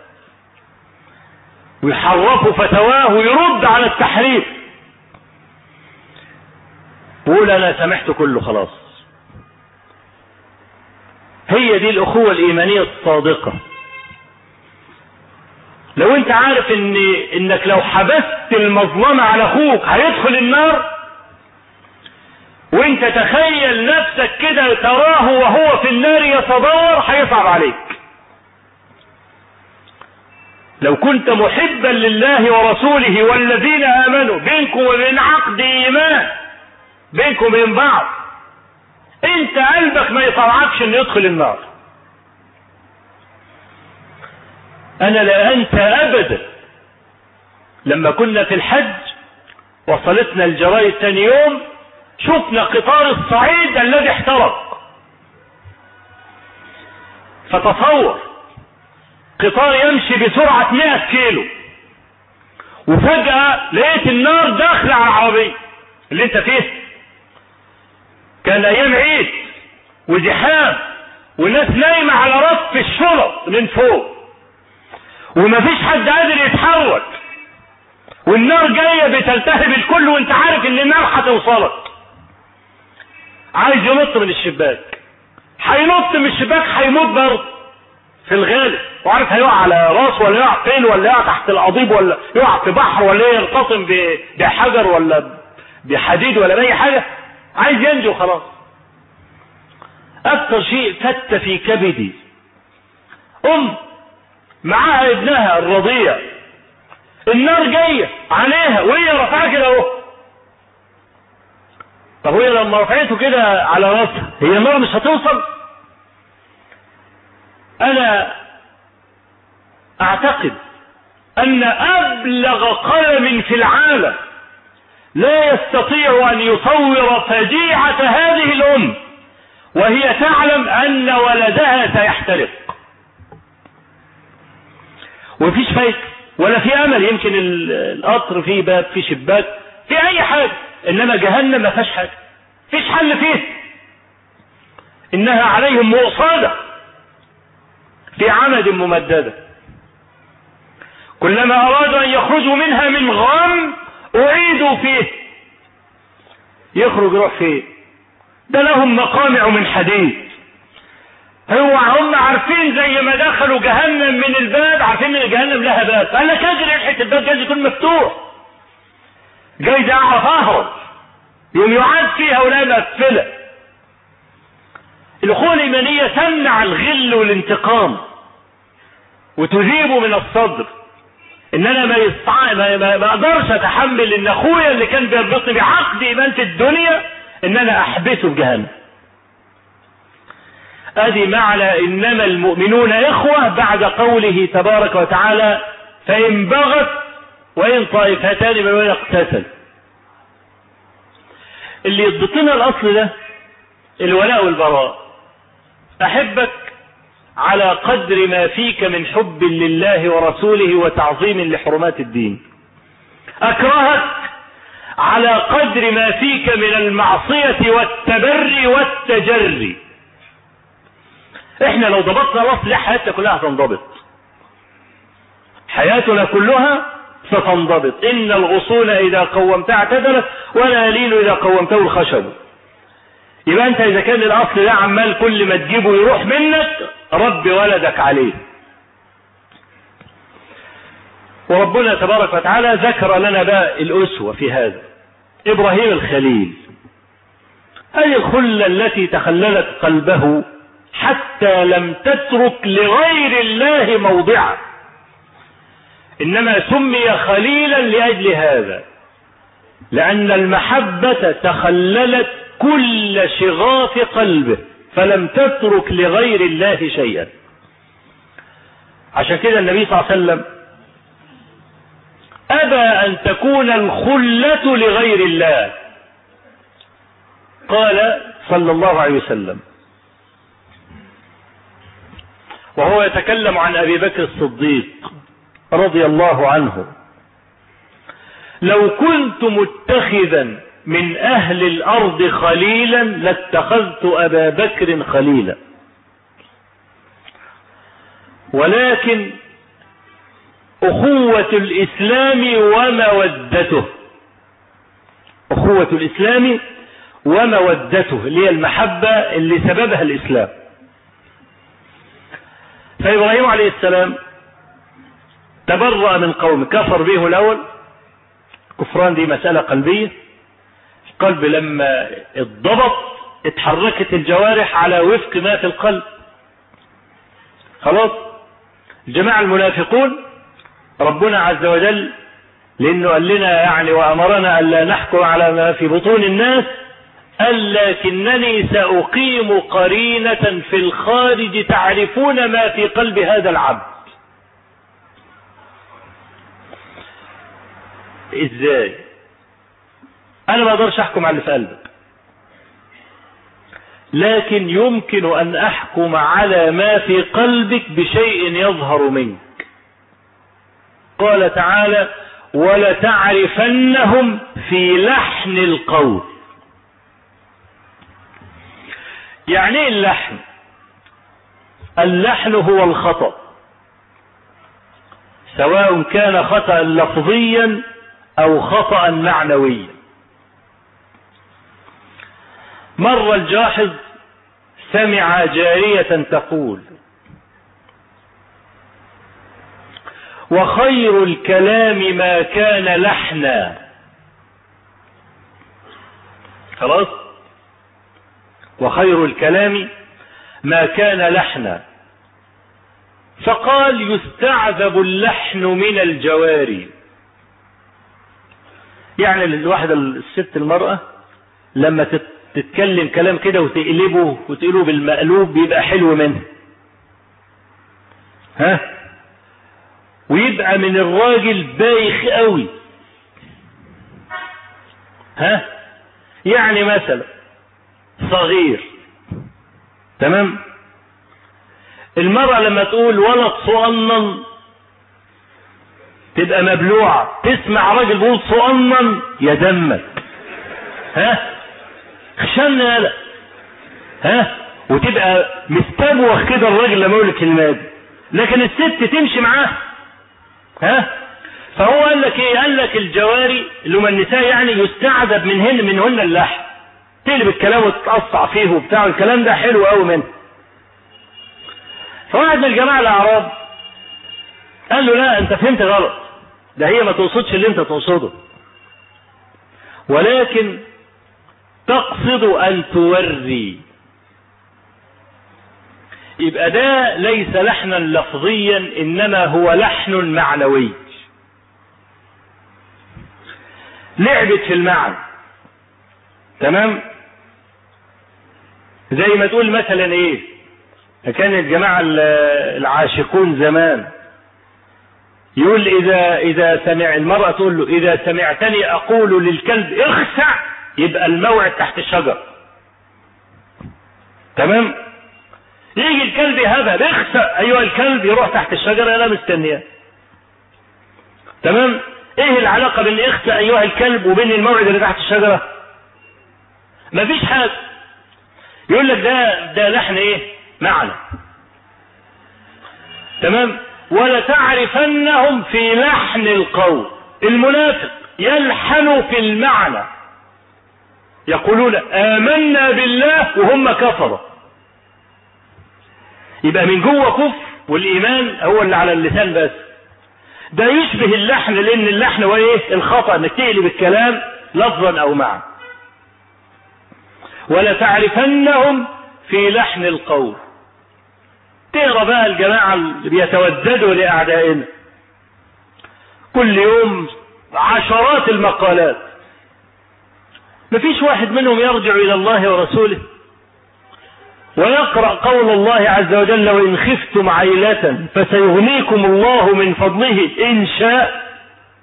ويحرفوا فتواه ويرد على التحريف، ويقول انا سامحت كله خلاص. هي دي الاخوة الايمانية الصادقة. لو انت عارف ان انك لو حبست المظلمة على اخوك هيدخل النار، وانت تخيل نفسك كده تراه وهو في النار يتضار، هيصعب عليك. لو كنت محبا لله ورسوله والذين امنوا، بينكم وبين عقد ايمان بينكم وبين بعض، انت قلبك ما يطلعكش انه يدخل النار. انا لا انسى ابدا لما كنا في الحج وصلتنا الجرايد ثاني يوم، شفنا قطار الصعيد الذي احترق. فتصور قطار يمشي بسرعة مئة كيلو، وفجأة لقيت النار داخلة على العربية اللي انت فيه. كان ايام عيد وزحام والناس نايمة على رف الشرط من فوق، ومفيش حد قادر يتحرك، والنار جاية بتلتهب الكل، وانت عارف ان النار هتوصلك. عايز ينط من الشباك، هينط من الشباك هيموت برضه في الغالب، وعارف هيقع على راسه ولا يقع فين، ولا يقع تحت القضيب، ولا يقع في بحر، ولا يرتطم بحجر ولا بحديد ولا باي حاجه. عايز ينجو خلاص. اكثر شيء فت في كبدي ام معاها ابنها الرضيع، النار جايه عليها وهي رافعه كده اهو. طب وهي لما رفعته كده على راسها، هي النار مش هتوصل؟ انا اعتقد ان ابلغ قلم في العالم لا يستطيع ان يصور فجيعة هذه الام وهي تعلم ان ولدها سيحترق، ومفيش فايدة ولا في امل. يمكن القطر فيه باب، فيه شباك، في اي حاجة، انما جهنم ما فيهاش حاجة، فيش حل فيه. انها عليهم مؤصدة في عمد ممددة، كلما ارادوا ان يخرجوا منها من غم اعيدوا فيه. يخرج يروح فيه؟ ده لهم مقامع من حديد. هو هم عارفين زي ما دخلوا جهنم من الباب، عارفين ان جهنم لها باب، قال لك اجري ناحيه الباب جايز يكون مفتوح، جايز اعرف اهرب، يوم يعاد فيها ولا مقفله. الاخوه الايمانيه تمنع الغل والانتقام وتذيبه من الصدر، ان انا ما يستع... ما, ما, ما اقدرش اتحمل ان اخويا اللي كان بيربطني بعقد ايمان في الدنيا ان انا احبسه في جهنم. ادي معنى انما المؤمنون اخوة بعد قوله تبارك وتعالى فان بغت وان طائفتان منهما اقتتل. اللي يضبطنا الاصل ده الولاء والبراء. احبك على قدر ما فيك من حب لله ورسوله وتعظيم لحرمات الدين، اكرهك على قدر ما فيك من المعصية والتبري والتجري. احنا لو ضبطنا الاصل حياتنا كلها هتنضبط، حياتنا كلها ستنضبط. ان الغصون اذا قومتها اعتدلت والالين اذا قومته الخشب. يبقى انت اذا كان الاصل ده عمال كل ما تجيبه يروح منك رب ولدك عليه. وربنا تبارك وتعالى ذكر لنا بقى الاسوة في هذا، ابراهيم الخليل. هذه الخلة التي تخللت قلبه حتى لم تترك لغير الله موضعا، انما سمي خليلا لاجل هذا، لان المحبة تخللت كل شغاف قلبه فلم تترك لغير الله شيئا. عشان كده النبي صلى الله عليه وسلم ابى ان تكون الخلة لغير الله. قال صلى الله عليه وسلم وهو يتكلم عن ابي بكر الصديق رضي الله عنه: لو كنت متخذا من اهل الارض خليلا لاتخذت ابا بكر خليلا، ولكن اخوة الاسلام ومودته، اخوة الاسلام ومودته اللي هي المحبة اللي سببها الاسلام. فابراهيم عليه السلام تبرأ من قومه، كفر به الاول، كفران دي مسألة قلبية، القلب لما اتضبط اتحركت الجوارح على وفق ما في القلب. خلاص. الجماعة المنافقون ربنا عز وجل لانه قال لنا يعني وامرنا الا نحكم على ما في بطون الناس، قال لكنني سأقيم قرينة في الخارج تعرفون ما في قلب هذا العبد. ازاي؟ انا ما اقدرش احكم على اللي في قلبك، لكن يمكن ان احكم على ما في قلبك بشيء يظهر منك. قال تعالى: ولتعرفنهم في لحن القول. يعني ايه اللحن؟ اللحن هو الخطأ، سواء كان خطأ لفظيا او خطأ معنويا. مر الجاحظ سمع جارية تقول: وخير الكلام ما كان لحنا. خلاص، وخير الكلام ما كان لحنا. فقال: يستعذب اللحن من الجواري. يعني الواحدة الست المرأة لما تتكلم كلام كده وتقلبه وتقلبه بالمقلوب بيبقى حلو منه، ها، ويبقى من الراجل بايخ قوي، ها. يعني مثلا صغير، تمام، المرأة لما تقول ولد صغنن تبقى مبلوعة. تسمع راجل بيقول صغنن يا دمك، ها، خشن يالا، ها، وتبقى مستبوخ كده الراجل لما يقول الكلمات دي، لكن الست تمشي معاه، ها. فهو قال لك ايه؟ قال لك الجواري اللي هم النساء يعني يستعذب منهن منهن اللحن، تقلب الكلام وتتقطع فيه وبتاع، الكلام ده حلو قوي منه. فواحد من الجماعة الأعراب قال له لا انت فهمت غلط، ده هي ما تقصدش اللي انت تقصده، ولكن تقصد ان توري. يبقى ده ليس لحنا لفظيا انما هو لحن معنوي، لعبت في المعنى. تمام؟ زي ما تقول مثلا ايه، كان الجماعة العاشقون زمان يقول اذا اذا سمع المرأة تقول له اذا سمعتني اقول للكلب اخسع، يبقى الموعد تحت الشجر. تمام؟ يجي الكلب يهبها اخسع ايها الكلب، يروح تحت الشجرة انا مستنياه. تمام؟ ايه العلاقة بين اخسع ايها الكلب وبين الموعد اللي تحت الشجرة؟ مفيش حاجة. يقول لك ده ده لحن ايه؟ معنى. تمام؟ ولتعرفنهم في لحن القول. المنافق يلحن في المعنى، يقولون آمنا بالله وهم كفروا، يبقى من جوه كفر والإيمان هو اللي على اللسان بس. ده يشبه اللحن، لأن اللحن هو ايه؟ الخطأ، انك تقلب الكلام لفظا أو معنى. ولتعرفنهم في لحن القول. تقرا بقى الجماعة اللي بيتوددوا لأعدائنا كل يوم عشرات المقالات، مفيش واحد منهم يرجع إلى الله ورسوله ويقرأ قول الله عز وجل وإن خفتم عيلة فسيغنيكم الله من فضله إن شاء.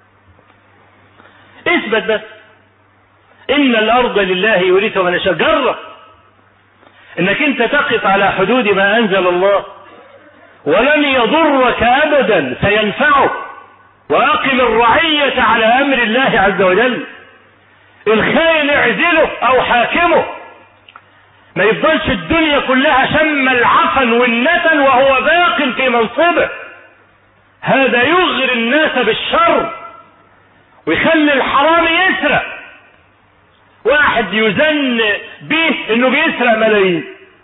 اثبت بس إن الأرض لله يورثها من يشاء. جرب انك انت تقف على حدود ما انزل الله ولن يضرك ابدا سينفعك، واقم الرعية على امر الله عز وجل. الخاين اعزله او حاكمه، ما يفضلش الدنيا كلها شم العفن والنتن وهو باق في منصبه. هذا يغري الناس بالشر ويخلي الحرام يسرق. واحد يزن به انه بيسرق ملايين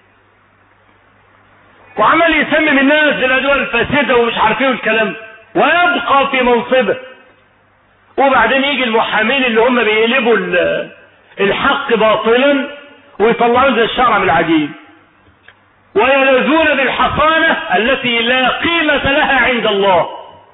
وعمل يسمم الناس بالادوار الفاسده ومش عارفين الكلام، ويبقى في منصبه. وبعدين يجي المحامين اللي هم بيقلبوا الحق باطلا ويطلعون زي الشعر من العجين، ويلذون بالحصانه التي لا قيمه لها عند الله.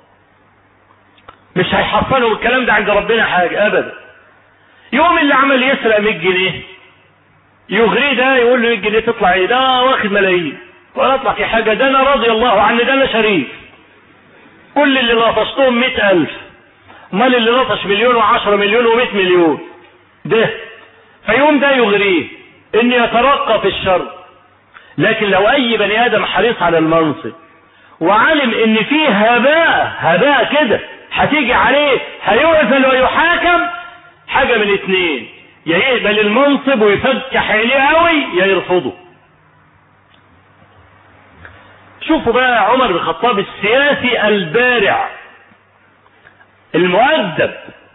مش هيحصلوا الكلام ده عند ربنا حاجه ابدا. يوم اللي عمل يسرق مية جنيه يغريه ده، يقول له مية جنيه تطلع ايه؟ ده واخد ملايين ولا اطلع في حاجه، ده انا راضي الله عني، ده انا شريف. كل اللي لطشتهم مئة الف، امال اللي لطش مليون وعشرة مليون ومئة مليون ده. فيوم ده يغريه ان يترقى في الشر. لكن لو اي بني ادم حريص على المنصب وعلم ان فيه هباء هباء كده هتيجي عليه، هيعزل ويحاكم، حاجة من اتنين: يا يقبل المنصب ويفتح عينيه قوي، يا يرفضه. شوفوا بقى عمر بن الخطاب السياسي البارع المؤدب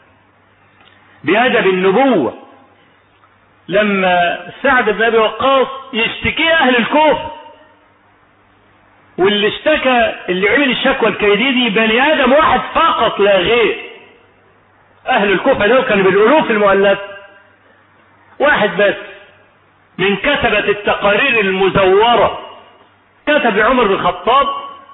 بأدب النبوة، لما سعد بن ابي وقاص يشتكي اهل الكوفة، واللي اشتكى اللي عمل الشكوى الكيدية دي بني ادم واحد فقط لا غير. اهل الكوفة دول كانوا بالالوف المؤلفة، واحد بس من كتبة التقارير المزورة كتب لعمر بن الخطاب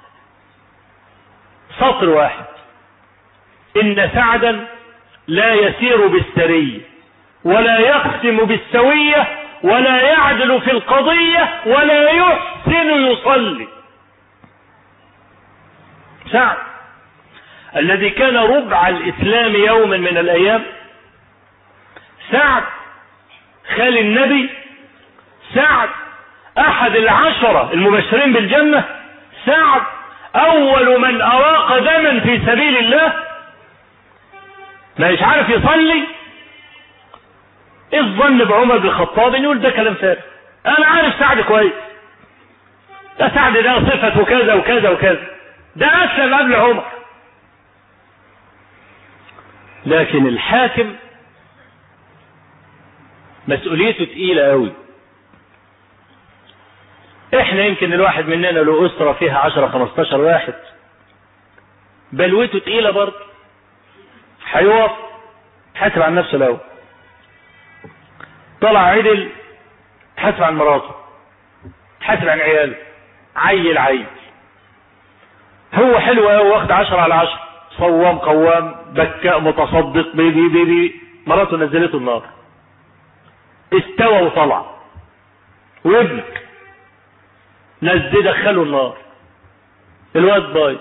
سطر واحد: ان سعدا لا يسير بالسرية ولا يقسم بالسوية ولا يعدل في القضية ولا يحسن يصلي. سعد الذي كان ربع الإسلام يوما من الأيام، سعد خال النبي، سعد أحد العشرة المبشرين بالجنة، سعد أول من أراق دما في سبيل الله، ما مش عارف يصلي. إيه الظن بعمر بن الخطاب؟ يقول ده كلام فارغ، أنا عارف سعد كويس، ده سعد ده صفته كذا وكذا وكذا، ده أسلم قبل عمر. لكن الحاكم مسؤوليته تقيلة قوي. احنا احنا يمكن الواحد مننا له اسرة فيها عشرة خمستاشر واحد، بلوته تقيلة برضه، هيقف حاسب عن نفسه الاول، طلع عدل حاسب عن مراته، حاسب عن عياله، عيل عيل. هو حلو قوي واخد عشرة على عشرة، صوام قوام بكاء متصدق بيبي بيبي، مراته نزلته النار، استوى وطلع. وابنك نزل دخله النار، الواد بايظ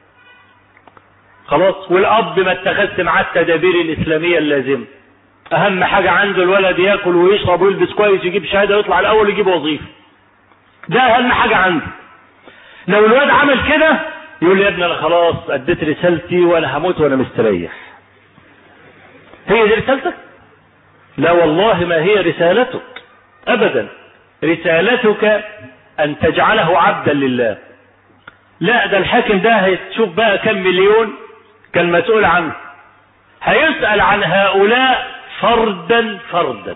خلاص. والاب ما اتخذت معاه التدابير الاسلاميه اللازمه. اهم حاجه عنده الولد ياكل ويشرب ويلبس كويس، يجيب شهاده ويطلع الاول يجيب وظيفه، ده اهم حاجه عنده. لو الواد عمل كده يقول لي يا ابني انا خلاص اديت رسالتي وانا هموت وانا مستريح. هي دي رسالتك؟ لا والله ما هي رسالتك ابدا. رسالتك ان تجعله عبدا لله. لا ده الحاكم ده هيشوف بقى كم مليون كان مسؤول عنه، هيسأل عن هؤلاء فردا فردا.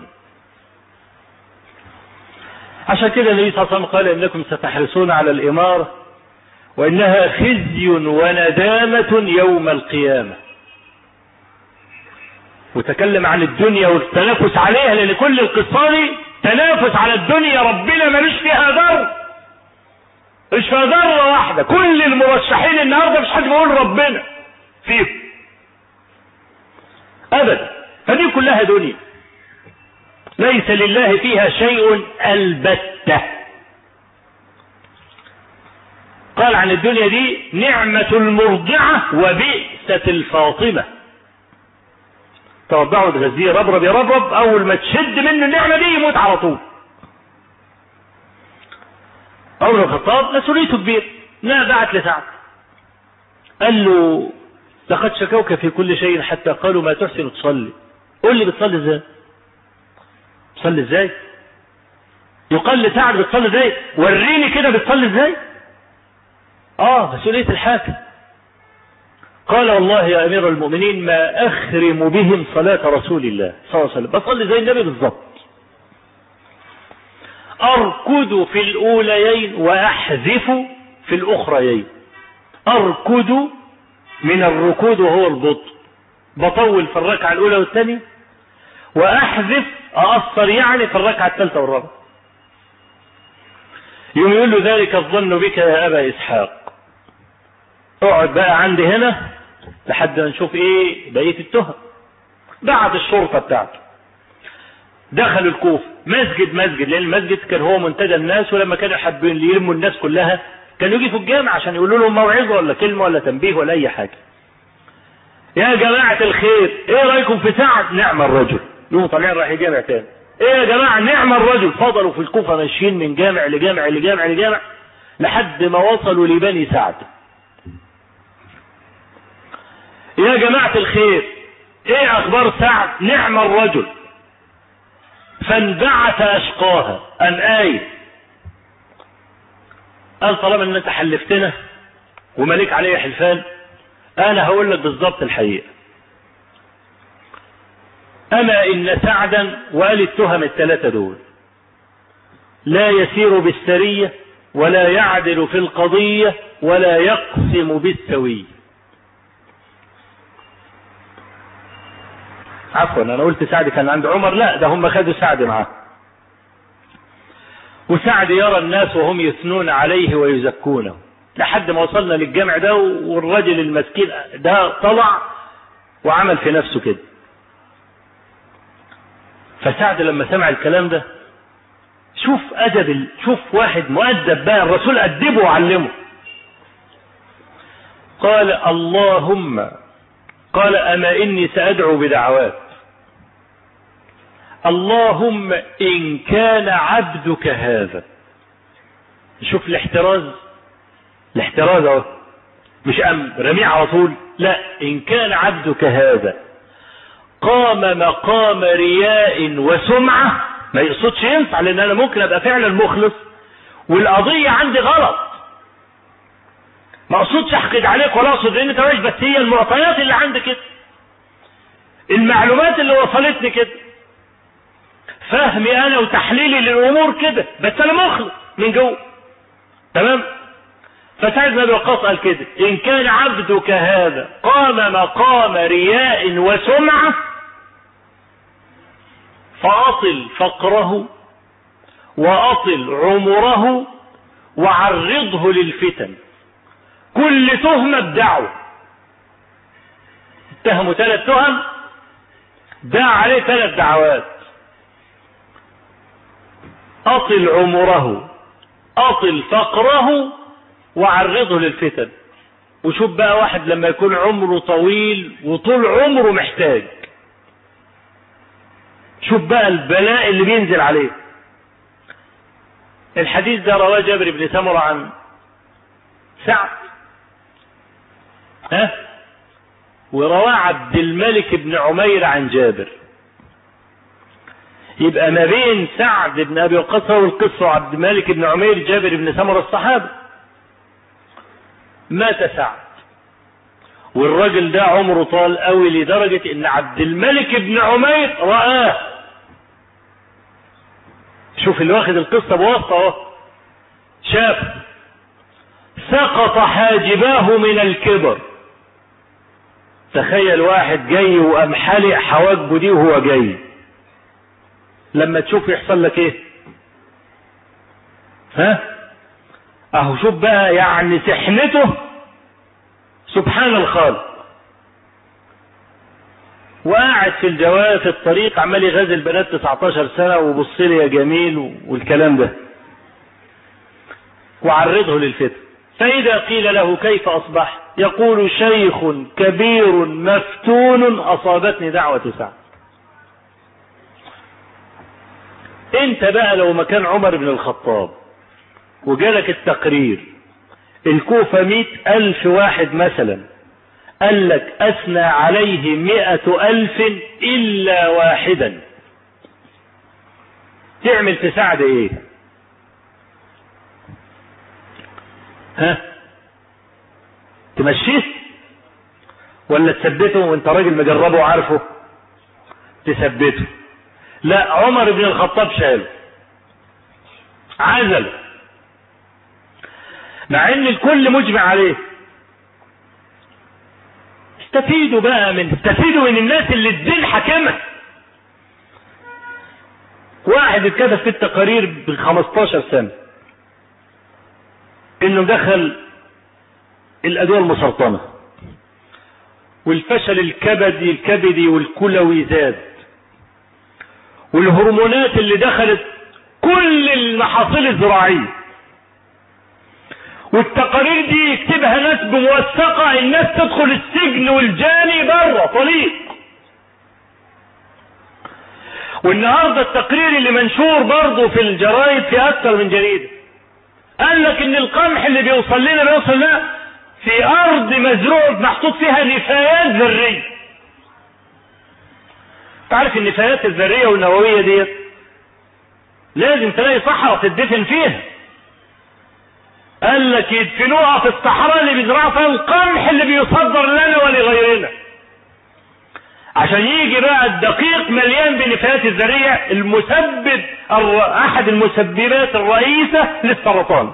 عشان كده النبي صلى الله عليه وسلم قال انكم ستحرصون على الامارة وانها خزي وندامة يوم القيامة. وتكلم عن الدنيا والتنافس عليها، لان كل القصة دي تنافس على الدنيا. ربنا مالوش فيها ذرة، مش فيها ذرة واحدة. كل المرشحين النهارده مش حد بيقول ربنا فيهم ابدا. هذه كلها دنيا ليس لله فيها شيء البتة. قال عن الدنيا دي نعمة المرضعة وبئسة الفاطمة. ترضعوا تغذيه ربرب يربرب، اول ما تشد منه النعمة دي يموت على طول. عمر بن الخطاب مسؤوليته كبير، لا بعت لسعد قال له لقد شكوك في كل شيء حتى قالوا ما تحسن تصلي. قول لي بتصلي ازاي؟ بتصلي ازاي؟ يقال لسعد بتصلي ازاي؟ وريني كده بتصلي ازاي؟ اه مسؤولية الحاكم. قال والله يا امير المؤمنين ما اخرم بهم صلاة رسول الله صلى الله عليه وسلم، بصلي زي النبي بالظبط. اركض في الاوليين واحذف في الاخريين. اركض من الركود وهو البطء، بطول في الركعة الاولى والثانية، واحذف اقصر يعني في الركعة الثالثة والرابعة. يوم يقول له ذلك الظن بك يا ابا اسحاق، اقعد بقى عندي هنا لحد ما نشوف ايه بقية التهم. بعد الشرطة بتاعته دخلوا الكوفة، مسجد مسجد، لان المسجد كان هو منتدى الناس، ولما كانوا حابين يلموا الناس كلها كانوا يجي في الجامع عشان يقولوا لهم موعظة ولا كلمة ولا تنبيه ولا اي حاجة. يا جماعة الخير ايه رأيكم في سعد؟ نعم الرجل. يوم طالعين رايح جامع تاني. ايه يا جماعة نعم الرجل. فضلوا في الكوفة ماشيين من جامع لجامع لجامع لجامع لحد ما وصلوا لبني سعد. يا جماعة الخير ايه اخبار سعد؟ نعم الرجل. فانبعث اشقاها، ام ايه قال طالما ان انت حلفتنا وملك علي حلفان، انا هقول لك بالظبط الحقيقة. اما ان سعدا، وقال التهم الثلاثة دول، لا يسير بالسرية ولا يعدل في القضية ولا يقسم بالسوية. عفوا انا قلت سعد كان عند عمر، لا ده هم خدوا سعد معاه. وسعد يرى الناس وهم يثنون عليه ويزكونه، لحد ما وصلنا للجامع ده والرجل المسكين ده طلع وعمل في نفسه كده. فسعد لما سمع الكلام ده، شوف ادب، شوف واحد مؤدب بقى، الرسول ادبه وعلمه. قال اللهم، قال اما اني سادعو بدعوات، اللهم ان كان عبدك هذا. شوف الاحتراز، الاحتراز اهو، مش ام رميه على طول، لا، ان كان عبدك هذا قام مقام رياء وسمعة، ما يقصدش ينفع، لان انا ممكن ابقى فعلا مخلص والقضية عندي غلط، ما اقصدش احقد عليك ولا اقصد ان انت ماشي، بس هي المعطيات اللي عندي كده، المعلومات اللي وصلتني كده، فهمي انا وتحليلي للامور كده، بس انا مخلص من جوه. تمام. فسعد بن ابي وقاص قال كده: ان كان عبدك هذا قام مقام رياء وسمعة فأطل فقره وأطل عمره وعرضه للفتن. كل تهمة بدعوة، اتهموا ثلاث تهم، دعا عليه ثلاث دعوات: أطل عمره، أطل فقره، وعرضه للفتن. وشوف بقى واحد لما يكون عمره طويل وطول عمره محتاج، شوف بقى البلاء اللي بينزل عليه. الحديث ده رواه جابر بن سمرة عن سعد، ها ورواه عبد الملك بن عمير عن جابر. يبقى ما بين سعد بن ابي وقاص والقصه وعبد الملك بن عمير جابر بن سمرة الصحابه. مات سعد والراجل ده عمره طال قوي لدرجة ان عبد الملك بن عمير رآه. شوف اللي واخد القصة بواسطة اهو، شاف سقط حاجباه من الكبر. تخيل واحد جاي وقام حالق حواجبه دي وهو جاي، لما تشوف يحصل لك ايه؟ ها اهو شوف بقى يعني سحنته سبحان الخالق. وقاعد في الجواب في الطريق عمال يغازل البنات تسعتاشر سنة وبص لي يا جميل والكلام ده، وعرضه للفتن. فإذا قيل له كيف أصبح يقول: شيخ كبير مفتون أصابتني دعوة سعد. انت بقى لو مكان عمر بن الخطاب وجالك التقرير الكوفة مئة ألف واحد مثلا، قال لك أثنى عليه مئة ألف إلا واحدا، تعمل في سعد إيه؟ ها؟ تمشيه ولا تثبته وانت راجل مجربه وعارفه؟ تثبته. لا، عمر بن الخطاب شاله عزله، مع ان الكل مجمع عليه. استفيدوا بقى من استفيدوا من الناس اللي الدين حكمها. واحد اتكتب في التقارير ب خمستاشر سنة انه دخل الادوية المسرطنة والفشل الكبدي الكبدي والكلوي زاد، والهرمونات اللي دخلت كل المحاصيل الزراعية، والتقارير دي يكتبها ناس بموثقة، الناس تدخل السجن والجاني بره طليق. والنهارده التقرير اللي منشور برضه في الجرايد في اكثر من جريدة قال لك ان القمح اللي بيوصل لنا بيوصل لنا في ارض مزروع محطوط فيها نفايات ذرية. تعرف النفايات الذرية والنووية ديت لازم تلاقي صحراء تدفن فيها. قال لك يدفنوها في الصحراء اللي بيزرعوا فيها القمح اللي بيصدر لنا ولغيرنا، عشان يجي بقى الدقيق مليان بنفايات الذرية المسبب احد المسببات الرئيسة للسرطان.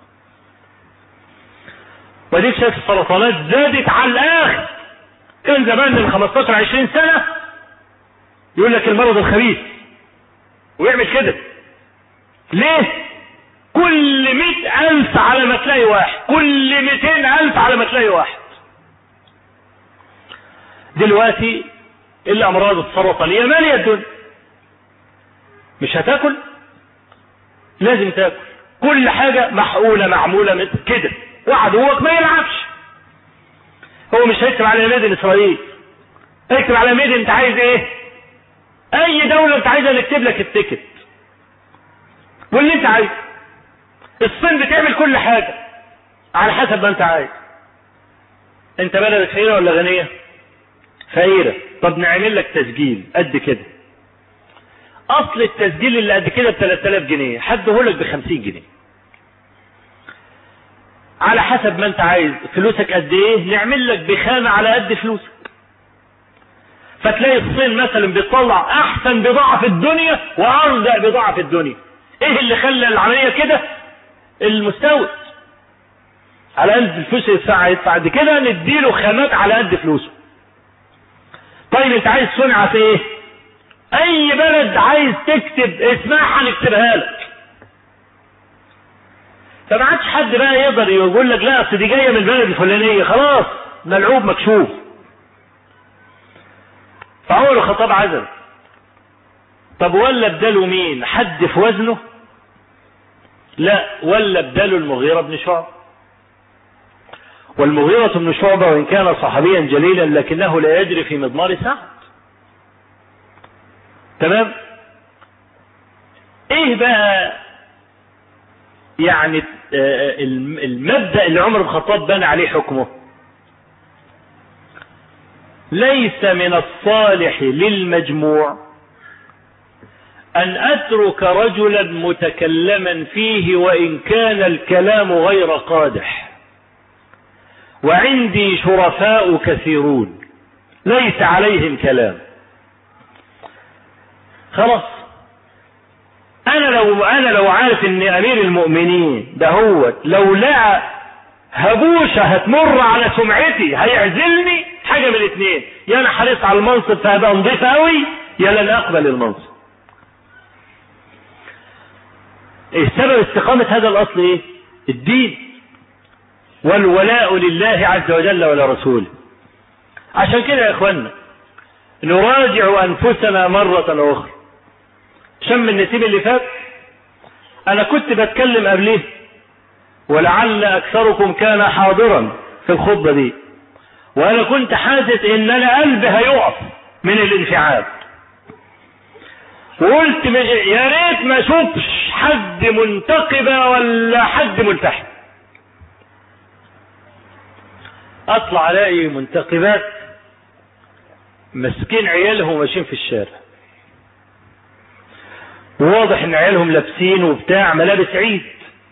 وديك شايف السرطانات زادت على الاخر. كان زمان من خمستاشر عشرين سنة يقول لك المرض الخبيث ويعمل كده. ليه؟ كل مئة ألف على ما تلاقي واحد، كل مئتين ألف على ما تلاقي واحد. دلوقتي الأمراض السرطانية مالية الدنيا. مش هتاكل؟ لازم تاكل. كل حاجة محقولة معمولة كده، وعدوك ما يلعبش. هو مش هيكتب على ميدن إسرائيل، هيكتب على ميدن انت عايز ايه؟ أي دولة انت عايزها نكتب لك التيكت واللي انت عايزه. الصين بتعمل كل حاجة على حسب ما انت عايز. انت بلدك فقيرة ولا غنية؟ فقيرة. طب نعمل لك تسجيل قد كده. اصل التسجيل اللي قد كده ب ثلاثة آلاف جنيه، حدهولك ب خمسين جنيه. على حسب ما انت عايز. فلوسك قد ايه؟ نعمل لك بخامة على قد فلوسك. فتلاقي الصين مثلا بتطلع احسن بضاعة في الدنيا وارزق بضاعة في الدنيا. ايه اللي خلى العملية كده؟ المستورد. على قد الفلوس اللي يدفعها يدفع، بعد كده نديله خامات على قد فلوسه. طيب انت عايز صنعة في ايه؟ اي بلد عايز تكتب اسمها هنكتبها لك. فما عادش حد بقى يقدر يقول لك لا اصل دي جايه من البلد الفلانيه، خلاص ملعوب مكشوف. فعمر الخطاب عزل. طب ولا بداله مين؟ حد في وزنه؟ لا، ولا بداله المغيرة بن شعبة. والمغيرة بن شعبة وإن كان صحابيا جليلا لكنه لا يجري في مضمار سعد. تمام؟ ايه بقى يعني المبدأ اللي عمر بن الخطاب بنى عليه حكمه؟ ليس من الصالح للمجموع أن أترك رجلا متكلما فيه وإن كان الكلام غير قادح، وعندي شرفاء كثيرون ليس عليهم كلام. خلاص أنا لو أنا لو عارف إن أمير المؤمنين ده هو لو لقى هبوشة هتمر على سمعتي هيعزلني، حاجة من الاثنين، يا أنا حريص على المنصب فهبقى نضيف قوي، يا لن أقبل المنصب. السبب استقامة هذا الأصل إيه؟ الدين والولاء لله عز وجل ولرسوله. عشان كده يا إخوانا نراجع أنفسنا مرة أخرى. شم النسيم اللي فات أنا كنت بتكلم قبليه، ولعل أكثركم كان حاضرا في الخطبة دي، وأنا كنت حاسس إن أنا قلبي هيقف من الانفعال، وقلت يا ريت ما اشوفش حد منتقبة ولا حد ملتحي. اطلع الاقي منتقبات مسكين عيالهم ماشيين في الشارع، وواضح ان عيالهم لابسين وبتاع ملابس عيد.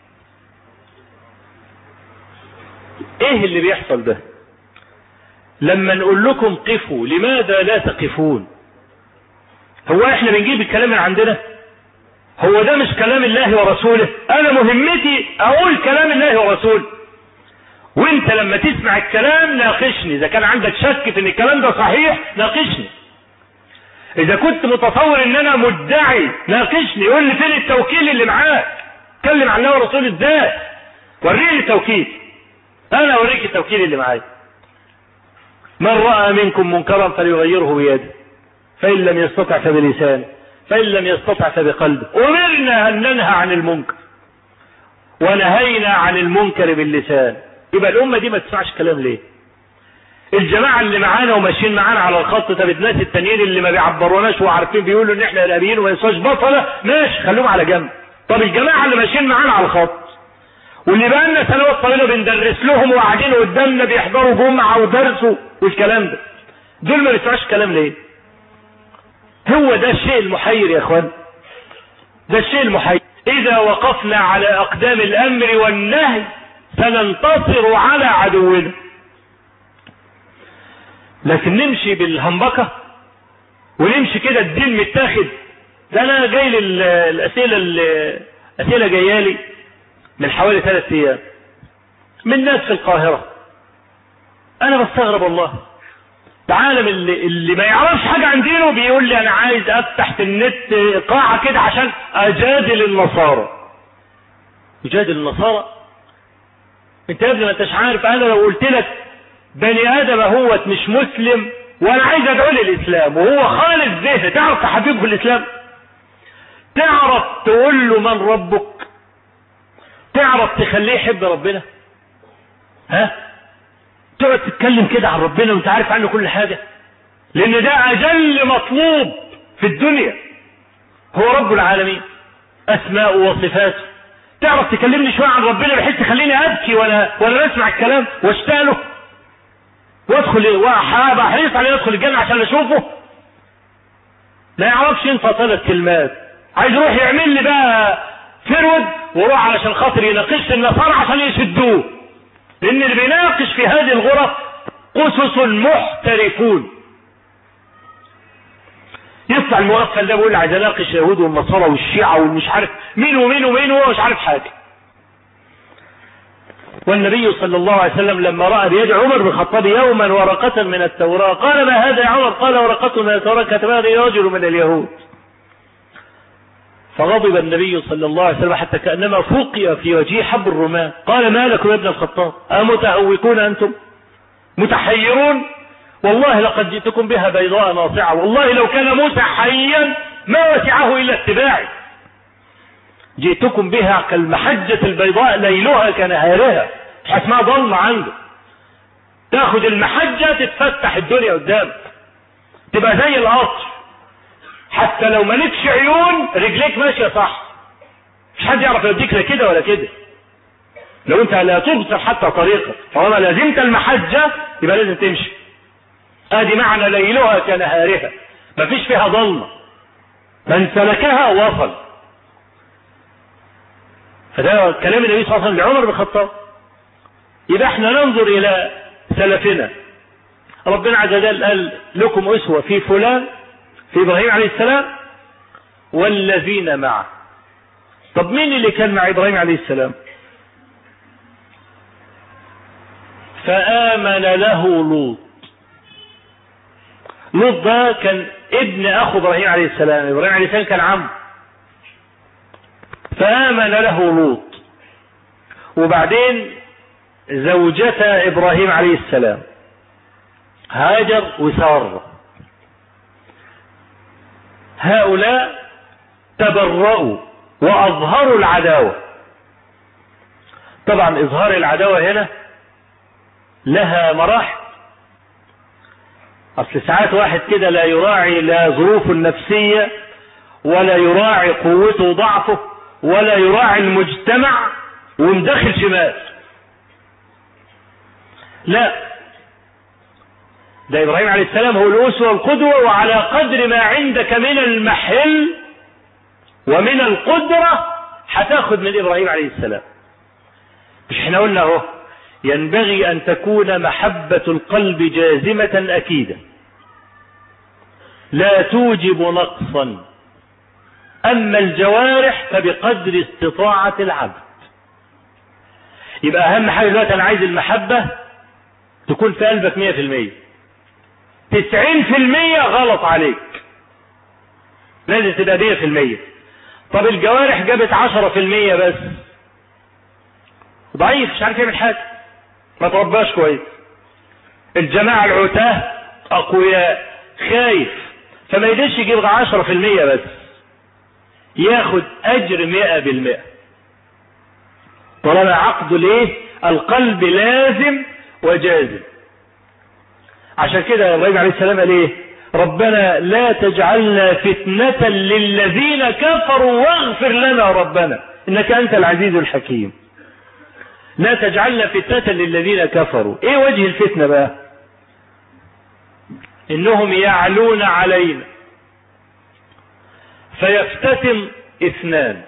ايه اللي بيحصل ده؟ لما نقول لكم قفوا لماذا لا تقفون؟ هو احنا بنجيب الكلام من عندنا؟ هو ده مش كلام الله ورسوله؟ انا مهمتي اقول كلام الله ورسوله، وانت لما تسمع الكلام ناقشني. اذا كان عندك شك في ان الكلام ده صحيح ناقشني. اذا كنت متصور ان انا مدعي ناقشني، قول لي فين التوكيل اللي معاك؟ اتكلم عن الله ورسوله ازاي؟ وريني التوكيل، انا اوريك التوكيل اللي معايا. من رأى منكم منكرا فليغيره بيده، فإن لم يستطع فبلسانه، فإن لم يستطع فبقلبه. أمرنا أن ننهى عن المنكر ونهينا عن المنكر باللسان. يبقى الأمة دي ما تسمعش كلام ليه؟ الجماعة اللي معانا وماشيين معانا على الخط، طب الناس التانيين اللي ما بيعبروناش وعارفين بيقولوا ان احنا ارهابيين وما ينساش بطلة، ماشي خلوهم على جنب. طب الجماعة اللي ماشيين معانا على الخط واللي بقى لنا سنوات طويلة بندرس لهم وقاعدين قدامنا بيحضروا جمعة ودرسوا والكلام ده، دول ما بيسمعوش كلام ليه؟ هو ده الشيء المحير يا اخوان، ده الشيء المحير. اذا وقفنا على اقدام الامر والنهي سننتصر على عدونا، لكن نمشي بالهنبكة ونمشي كده الدين متاخد. ده انا جاي للاسئلة الاسئلة جايالي من حوالي ثلاث ايام من ناس في القاهرة. انا بستغرب والله، العالم اللي, اللي ما يعرفش حاجة عن دينه بيقول لي انا عايز افتح في النت قاعة كده عشان اجادل النصارى. يجادل النصارى؟ انت يا ابني ما انتش عارف. انا لو قلت لك بني ادم هو مش مسلم وانا عايز ادعو للاسلام وهو خالص ذهن، تعرف تحببه في الاسلام؟ تعرف تقول له من ربك؟ تعرف تخليه يحب ربنا؟ ها؟ تقعد تتكلم كده عن ربنا وانت عارف عنه كل حاجة؟ لان ده اجل مطلوب في الدنيا، هو رب العالمين اسماء وصفاته. تعرف تكلمني شوية عن ربنا بحيث تخليني ابكي ولا ولا اسمع الكلام واشتاق له وادخل وابقى حريص عليه ادخل الجنة عشان اشوفه؟ لا يعرفش ينطق ثلاث كلمات، عايز يروح يعمل لي بقى فرود وروح علشان خاطر يناقش النصارى عشان يشدوه، لان اللي بيناقش في هذه الغرف قصص محترفون. يطلع المغفل ده بيقول عايز اناقش اليهود والنصارى والشيعة والمش عارف مين ومين ومين وهو مش عارف حاجة. والنبي صلى الله عليه وسلم لما رأى بيد عمر بن الخطاب يوما ورقة من التوراة قال ما هذا يا عمر؟ قال ورقة من التوراة كتبها لي رجل من اليهود. فغضب النبي صلى الله عليه وسلم حتى كأنما فوقئ في وجهه حب الرماة. قال ما لكم يا ابن الخطاب أمتهوكون أنتم متحيرون؟ والله لقد جئتكم بها بيضاء ناصعة، والله لو كان موسى حيا ما وسعه إلا اتباعي. جئتكم بها كالمحجة البيضاء ليلها كنهارها، مش اسمها ضلمة عنده. تاخد المحجة تتفتح الدنيا قدامك، تبقى زي القطر، حتى لو مالكش عيون رجليك ماشية صح، مش حد يعرف يوديك لا كده ولا كده. لو انت لا تبصر حتى طريقك، طالما لازمت المحجة يبقى لازم تمشي. ادي معنى ليلها كنهارها، مفيش فيها ضلمة، من سلكها وصل. فده كلام النبي صلى الله عليه وسلم لعمر بن الخطاب. يبقى احنا ننظر الى سلفنا. ربنا عز وجل قال لكم اسوة في فلان، في ابراهيم عليه السلام والذين معه. طب مين اللي كان مع ابراهيم عليه السلام؟ فآمن له لوط. لوط ده كان ابن اخو ابراهيم عليه السلام، ابراهيم عليه السلام كان عم. فآمن له لوط. وبعدين زوجتا ابراهيم عليه السلام هاجر وسارة، هؤلاء تبرؤوا واظهروا العداوة. طبعا اظهار العداوة هنا لها مراحل. اصل ساعات واحد كده لا يراعي لا ظروفه النفسية ولا يراعي قوته وضعفه ولا يراعي المجتمع ومدخل شمال. لا، ده ابراهيم عليه السلام هو الاسوة والقدوة، وعلى قدر ما عندك من المحل ومن القدرة هتاخد من ابراهيم عليه السلام. مش احنا قلنا اهو ينبغي ان تكون محبة القلب جازمة اكيدة لا توجب نقصا، اما الجوارح فبقدر استطاعة العبد. يبقى اهم حاجة دلوقتي انا عايز المحبة تكون في قلبك مية في المية. تسعين في المية غلط عليك، لازم تبقى مية في المية. طب الجوارح جابت عشرة في المية بس، ضعيف مش عارف يعمل حاجة، ما ترباش كويس. الجماعة العتاه اقوياء، خايف، فما يقدرش يجيب عشرة في المية بس، ياخد اجر مئة بالمئة. طالما عقد ليه القلب لازم وجازم. عشان كده ابراهيم عليه السلام قال ايه؟ ربنا لا تجعلنا فتنة للذين كفروا واغفر لنا ربنا انك انت العزيز الحكيم. لا تجعلنا فتنة للذين كفروا. ايه وجه الفتنة بقى؟ انهم يعلون علينا فيفتتن اثنان.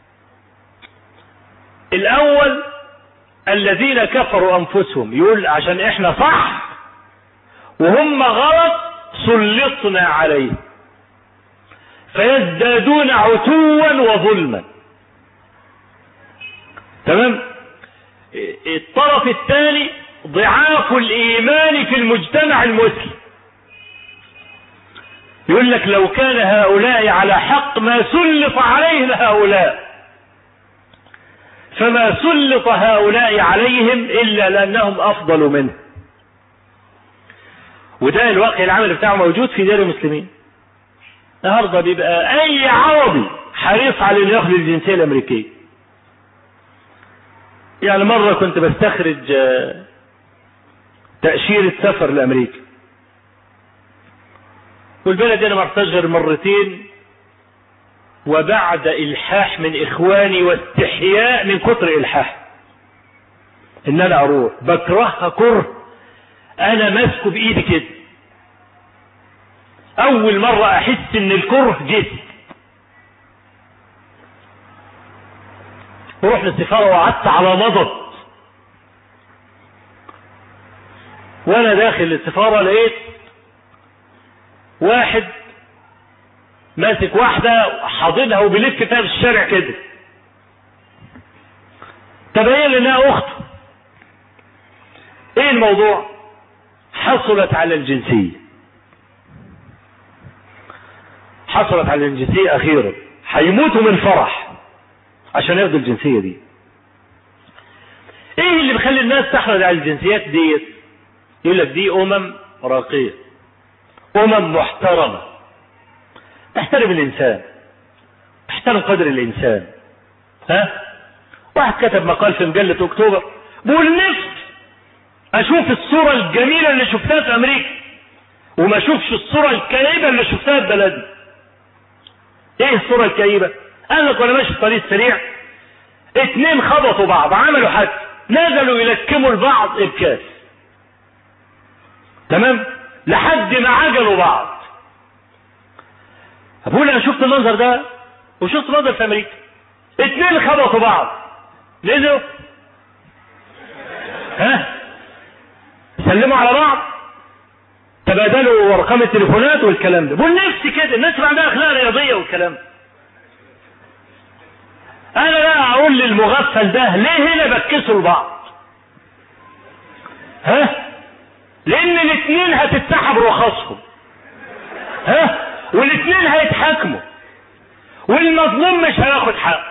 الاول الذين كفروا انفسهم، يقول عشان احنا صح وهم غلط سلطنا عليه فيزدادون عتوا وظلما. تمام. الطرف الثاني ضعاف الايمان في المجتمع المسلم، يقول لك لو كان هؤلاء على حق ما سلط عليه هؤلاء، فما سلط هؤلاء عليهم الا لانهم افضل منه. وده الواقع العمل بتاعه موجود في ديار المسلمين النهارده. بيبقى اي عربي حريص على انه ياخد الجنسيه الامريكيه. يعني مره كنت بستخرج تاشيره سفر لامريكا، والبلد انا ما رحتش غير مرتين، وبعد الحاح من اخواني واستحياء من كتر الحاح ان انا اروح، بكرهها كره انا ماسكه بايدي كده. اول مرة احس ان الكره جسم. ورحنا السفارة وقعدت على مضض، وانا داخل السفارة لقيت واحد ماسك واحدة حاضنها وبيلف فيها في الشارع كده، تبين انها اخته. ايه الموضوع؟ حصلت على الجنسية، حصلت على الجنسية اخيرا، هيموتوا من فرح عشان ياخدوا الجنسية دي. ايه اللي بيخلي الناس تحرص على الجنسيات ديت؟ يقول لك دي امم راقية، امم محترمة، تحترم الانسان، تحترم قدر الانسان. ها؟ واحد كتب مقال في مجلة اكتوبر بيقول نفسي اشوف الصورة الجميلة اللي شفتها في امريكا وما اشوفش الصورة الكئيبة اللي شفتها في بلدنا. ايه الصورة الكئيبة؟ قال لك وانا ماشي في طريق سريع اتنين خبطوا بعض، عملوا حادثة، نزلوا يلكموا البعض ابكاس، تمام، لحد ما عجلوا بعض. بقول انا شفت المنظر ده وشفت منظر في امريكا، اتنين خبطوا بعض، نزلوا ها سلموا على بعض، تبادلوا ارقام التليفونات والكلام ده. بقول نفسي كده الناس اللي عندها اخلاق رياضيه والكلام ده. انا لا اقول للمغفل ده ليه هنا بكسوا لبعض؟ ها؟ لان الاثنين هتتسحب رخصهم، ها؟ والاثنين هيتحاكموا والمظلوم مش هياخد حقه.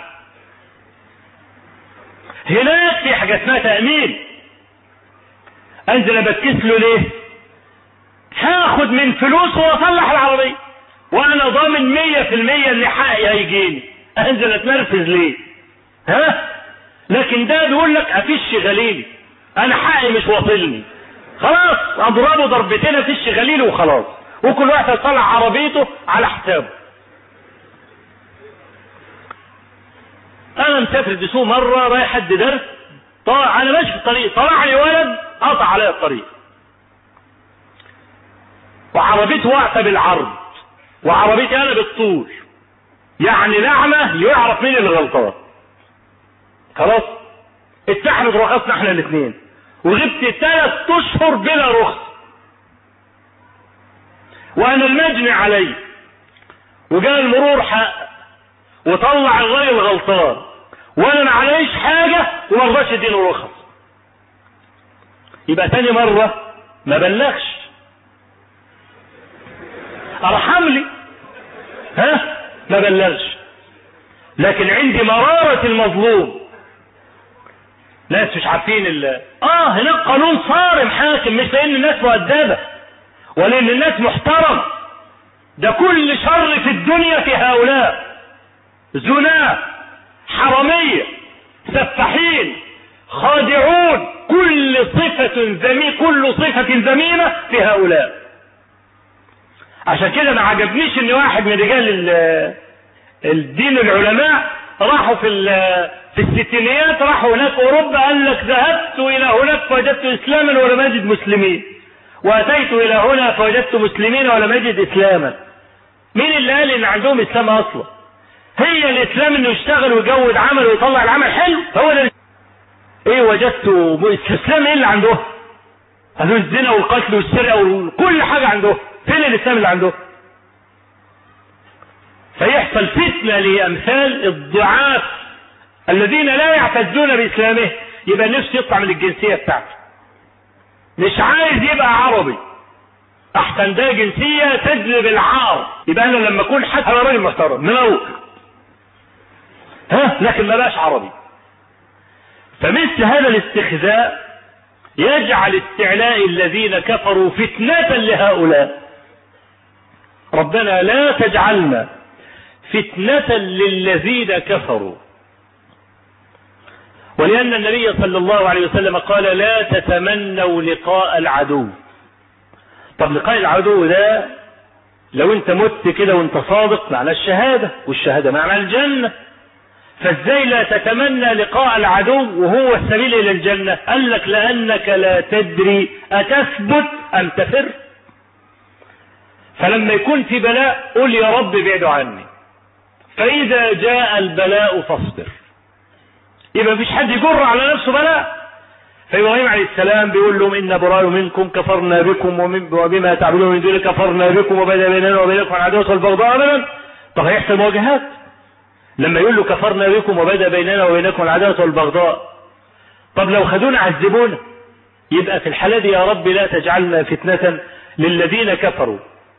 هناك في حاجه اسمها تامين، انزل ابكس له ليه؟ هاخد من فلوسه واصلح العربيه وانا ضامن مية في المية ان حقي هيجيني، انزل اتنرفز ليه؟ ها؟ لكن ده بيقول لك افش غليلي، انا حقي مش واصلني، خلاص اضربه ضربتين افش غليلي وخلاص، وكل واحد يصلح عربيته على حسابه. انا مسافر دسوق مره رايح حد درس، طالع انا ماشي في الطريق طلع لي ولد قطع عليا الطريق وعربيته واقفه بالعرض وعربيتي انا بالطول، يعني نعمه يعرف مين اللي غلطان. خلاص اتسحبت رخصنا احنا الاثنين وغبت ثلاث اشهر بلا رخص وانا المجني علي، وجاء المرور حق وطلع الراجل غلطان وانا ما عليش حاجه وما رضاش يديني رخص. يبقى تاني مره ما بلغش، ارحم لي، ها؟ ما بلغش. لكن عندي مرارة المظلوم، ناس مش عارفين ال اه هناك قانون صارم حاكم، مش لان الناس مؤدبة ولان الناس محترم، ده كل شر في الدنيا في هؤلاء، زنا، حرامية، سفاحين، خادعون، كل صفة ذميمة، كل صفة ذميمة في هؤلاء. عشان كده ما عجبنيش ان واحد من رجال الدين العلماء راحوا في في الستينيات، راحوا هناك اوروبا، قال لك ذهبت الى هناك فوجدت اسلاما ولم اجد مسلمين، واتيت الى هنا فوجدت مسلمين ولم اجد اسلاما. مين اللي قال ان عندهم اسلام اصلا؟ هي الاسلام انه يشتغل ويجود عمل ويطلع العمل حلو، هو ده. ايه وجدت الاسلام ايه اللي عندهم؟ قالوا الزنا والقتل والسرقه وكل حاجه عندهم، فين الاسلام اللي عندهم؟ فيحصل فتنه لامثال الضعاف الذين لا يعتزون باسلامه، يبقى نفسه يطلع من الجنسيه بتاعته، مش عايز يبقى عربي، احسن ده جنسيه تجلب العار. يبقى انا لما اكون حتى انا راجل محترم منور، ها، لكن ما بقاش عربي. فمثل هذا الاستخزاء يجعل استعلاء الذين كفروا فتنة لهؤلاء. ربنا لا تجعلنا فتنة للذين كفروا. ولأن النبي صلى الله عليه وسلم قال لا تتمنوا لقاء العدو. طب لقاء العدو ده لو انت مت كده وانت صادق معنى الشهادة، والشهادة معنى الجنة، فازاي لا تتمنى لقاء العدو وهو السبيل الى الجنة؟ قال لك لانك لا تدري اتثبت ام تفر. فلما يكون في بلاء قل يا رب ابعده عني، فاذا جاء البلاء فاصبر. يبقى مفيش حد يجر على نفسه بلاء. فابراهيم عليه السلام بيقول لهم ان براء منكم كفرنا بكم وبما تعبدون من دون كفرنا بكم وبدا بيننا وبينكم العداوه والبغضاء ابدا. طب هيحصل مواجهات لما يقول له كفرنا بكم وبدا بيننا وبينكم العداوه والبغضاء. طب لو خدونا عذبونا، يبقى في الحالة دي يا رب لا تجعلنا فتنة للذين كفروا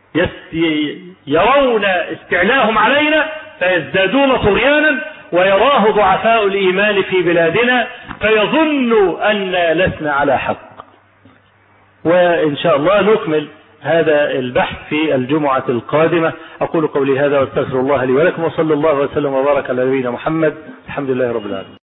يرون استعلاهم علينا فيزدادون طغيانا، ويراه ضعفاء الإيمان في بلادنا فيظنوا أن لسنا على حق. وإن شاء الله نكمل هذا البحث في الجمعة القادمة. أقول قولي هذا واستغفر الله لي ولكم، وصلى الله وسلم وبارك على نبينا محمد. الحمد لله رب العالمين.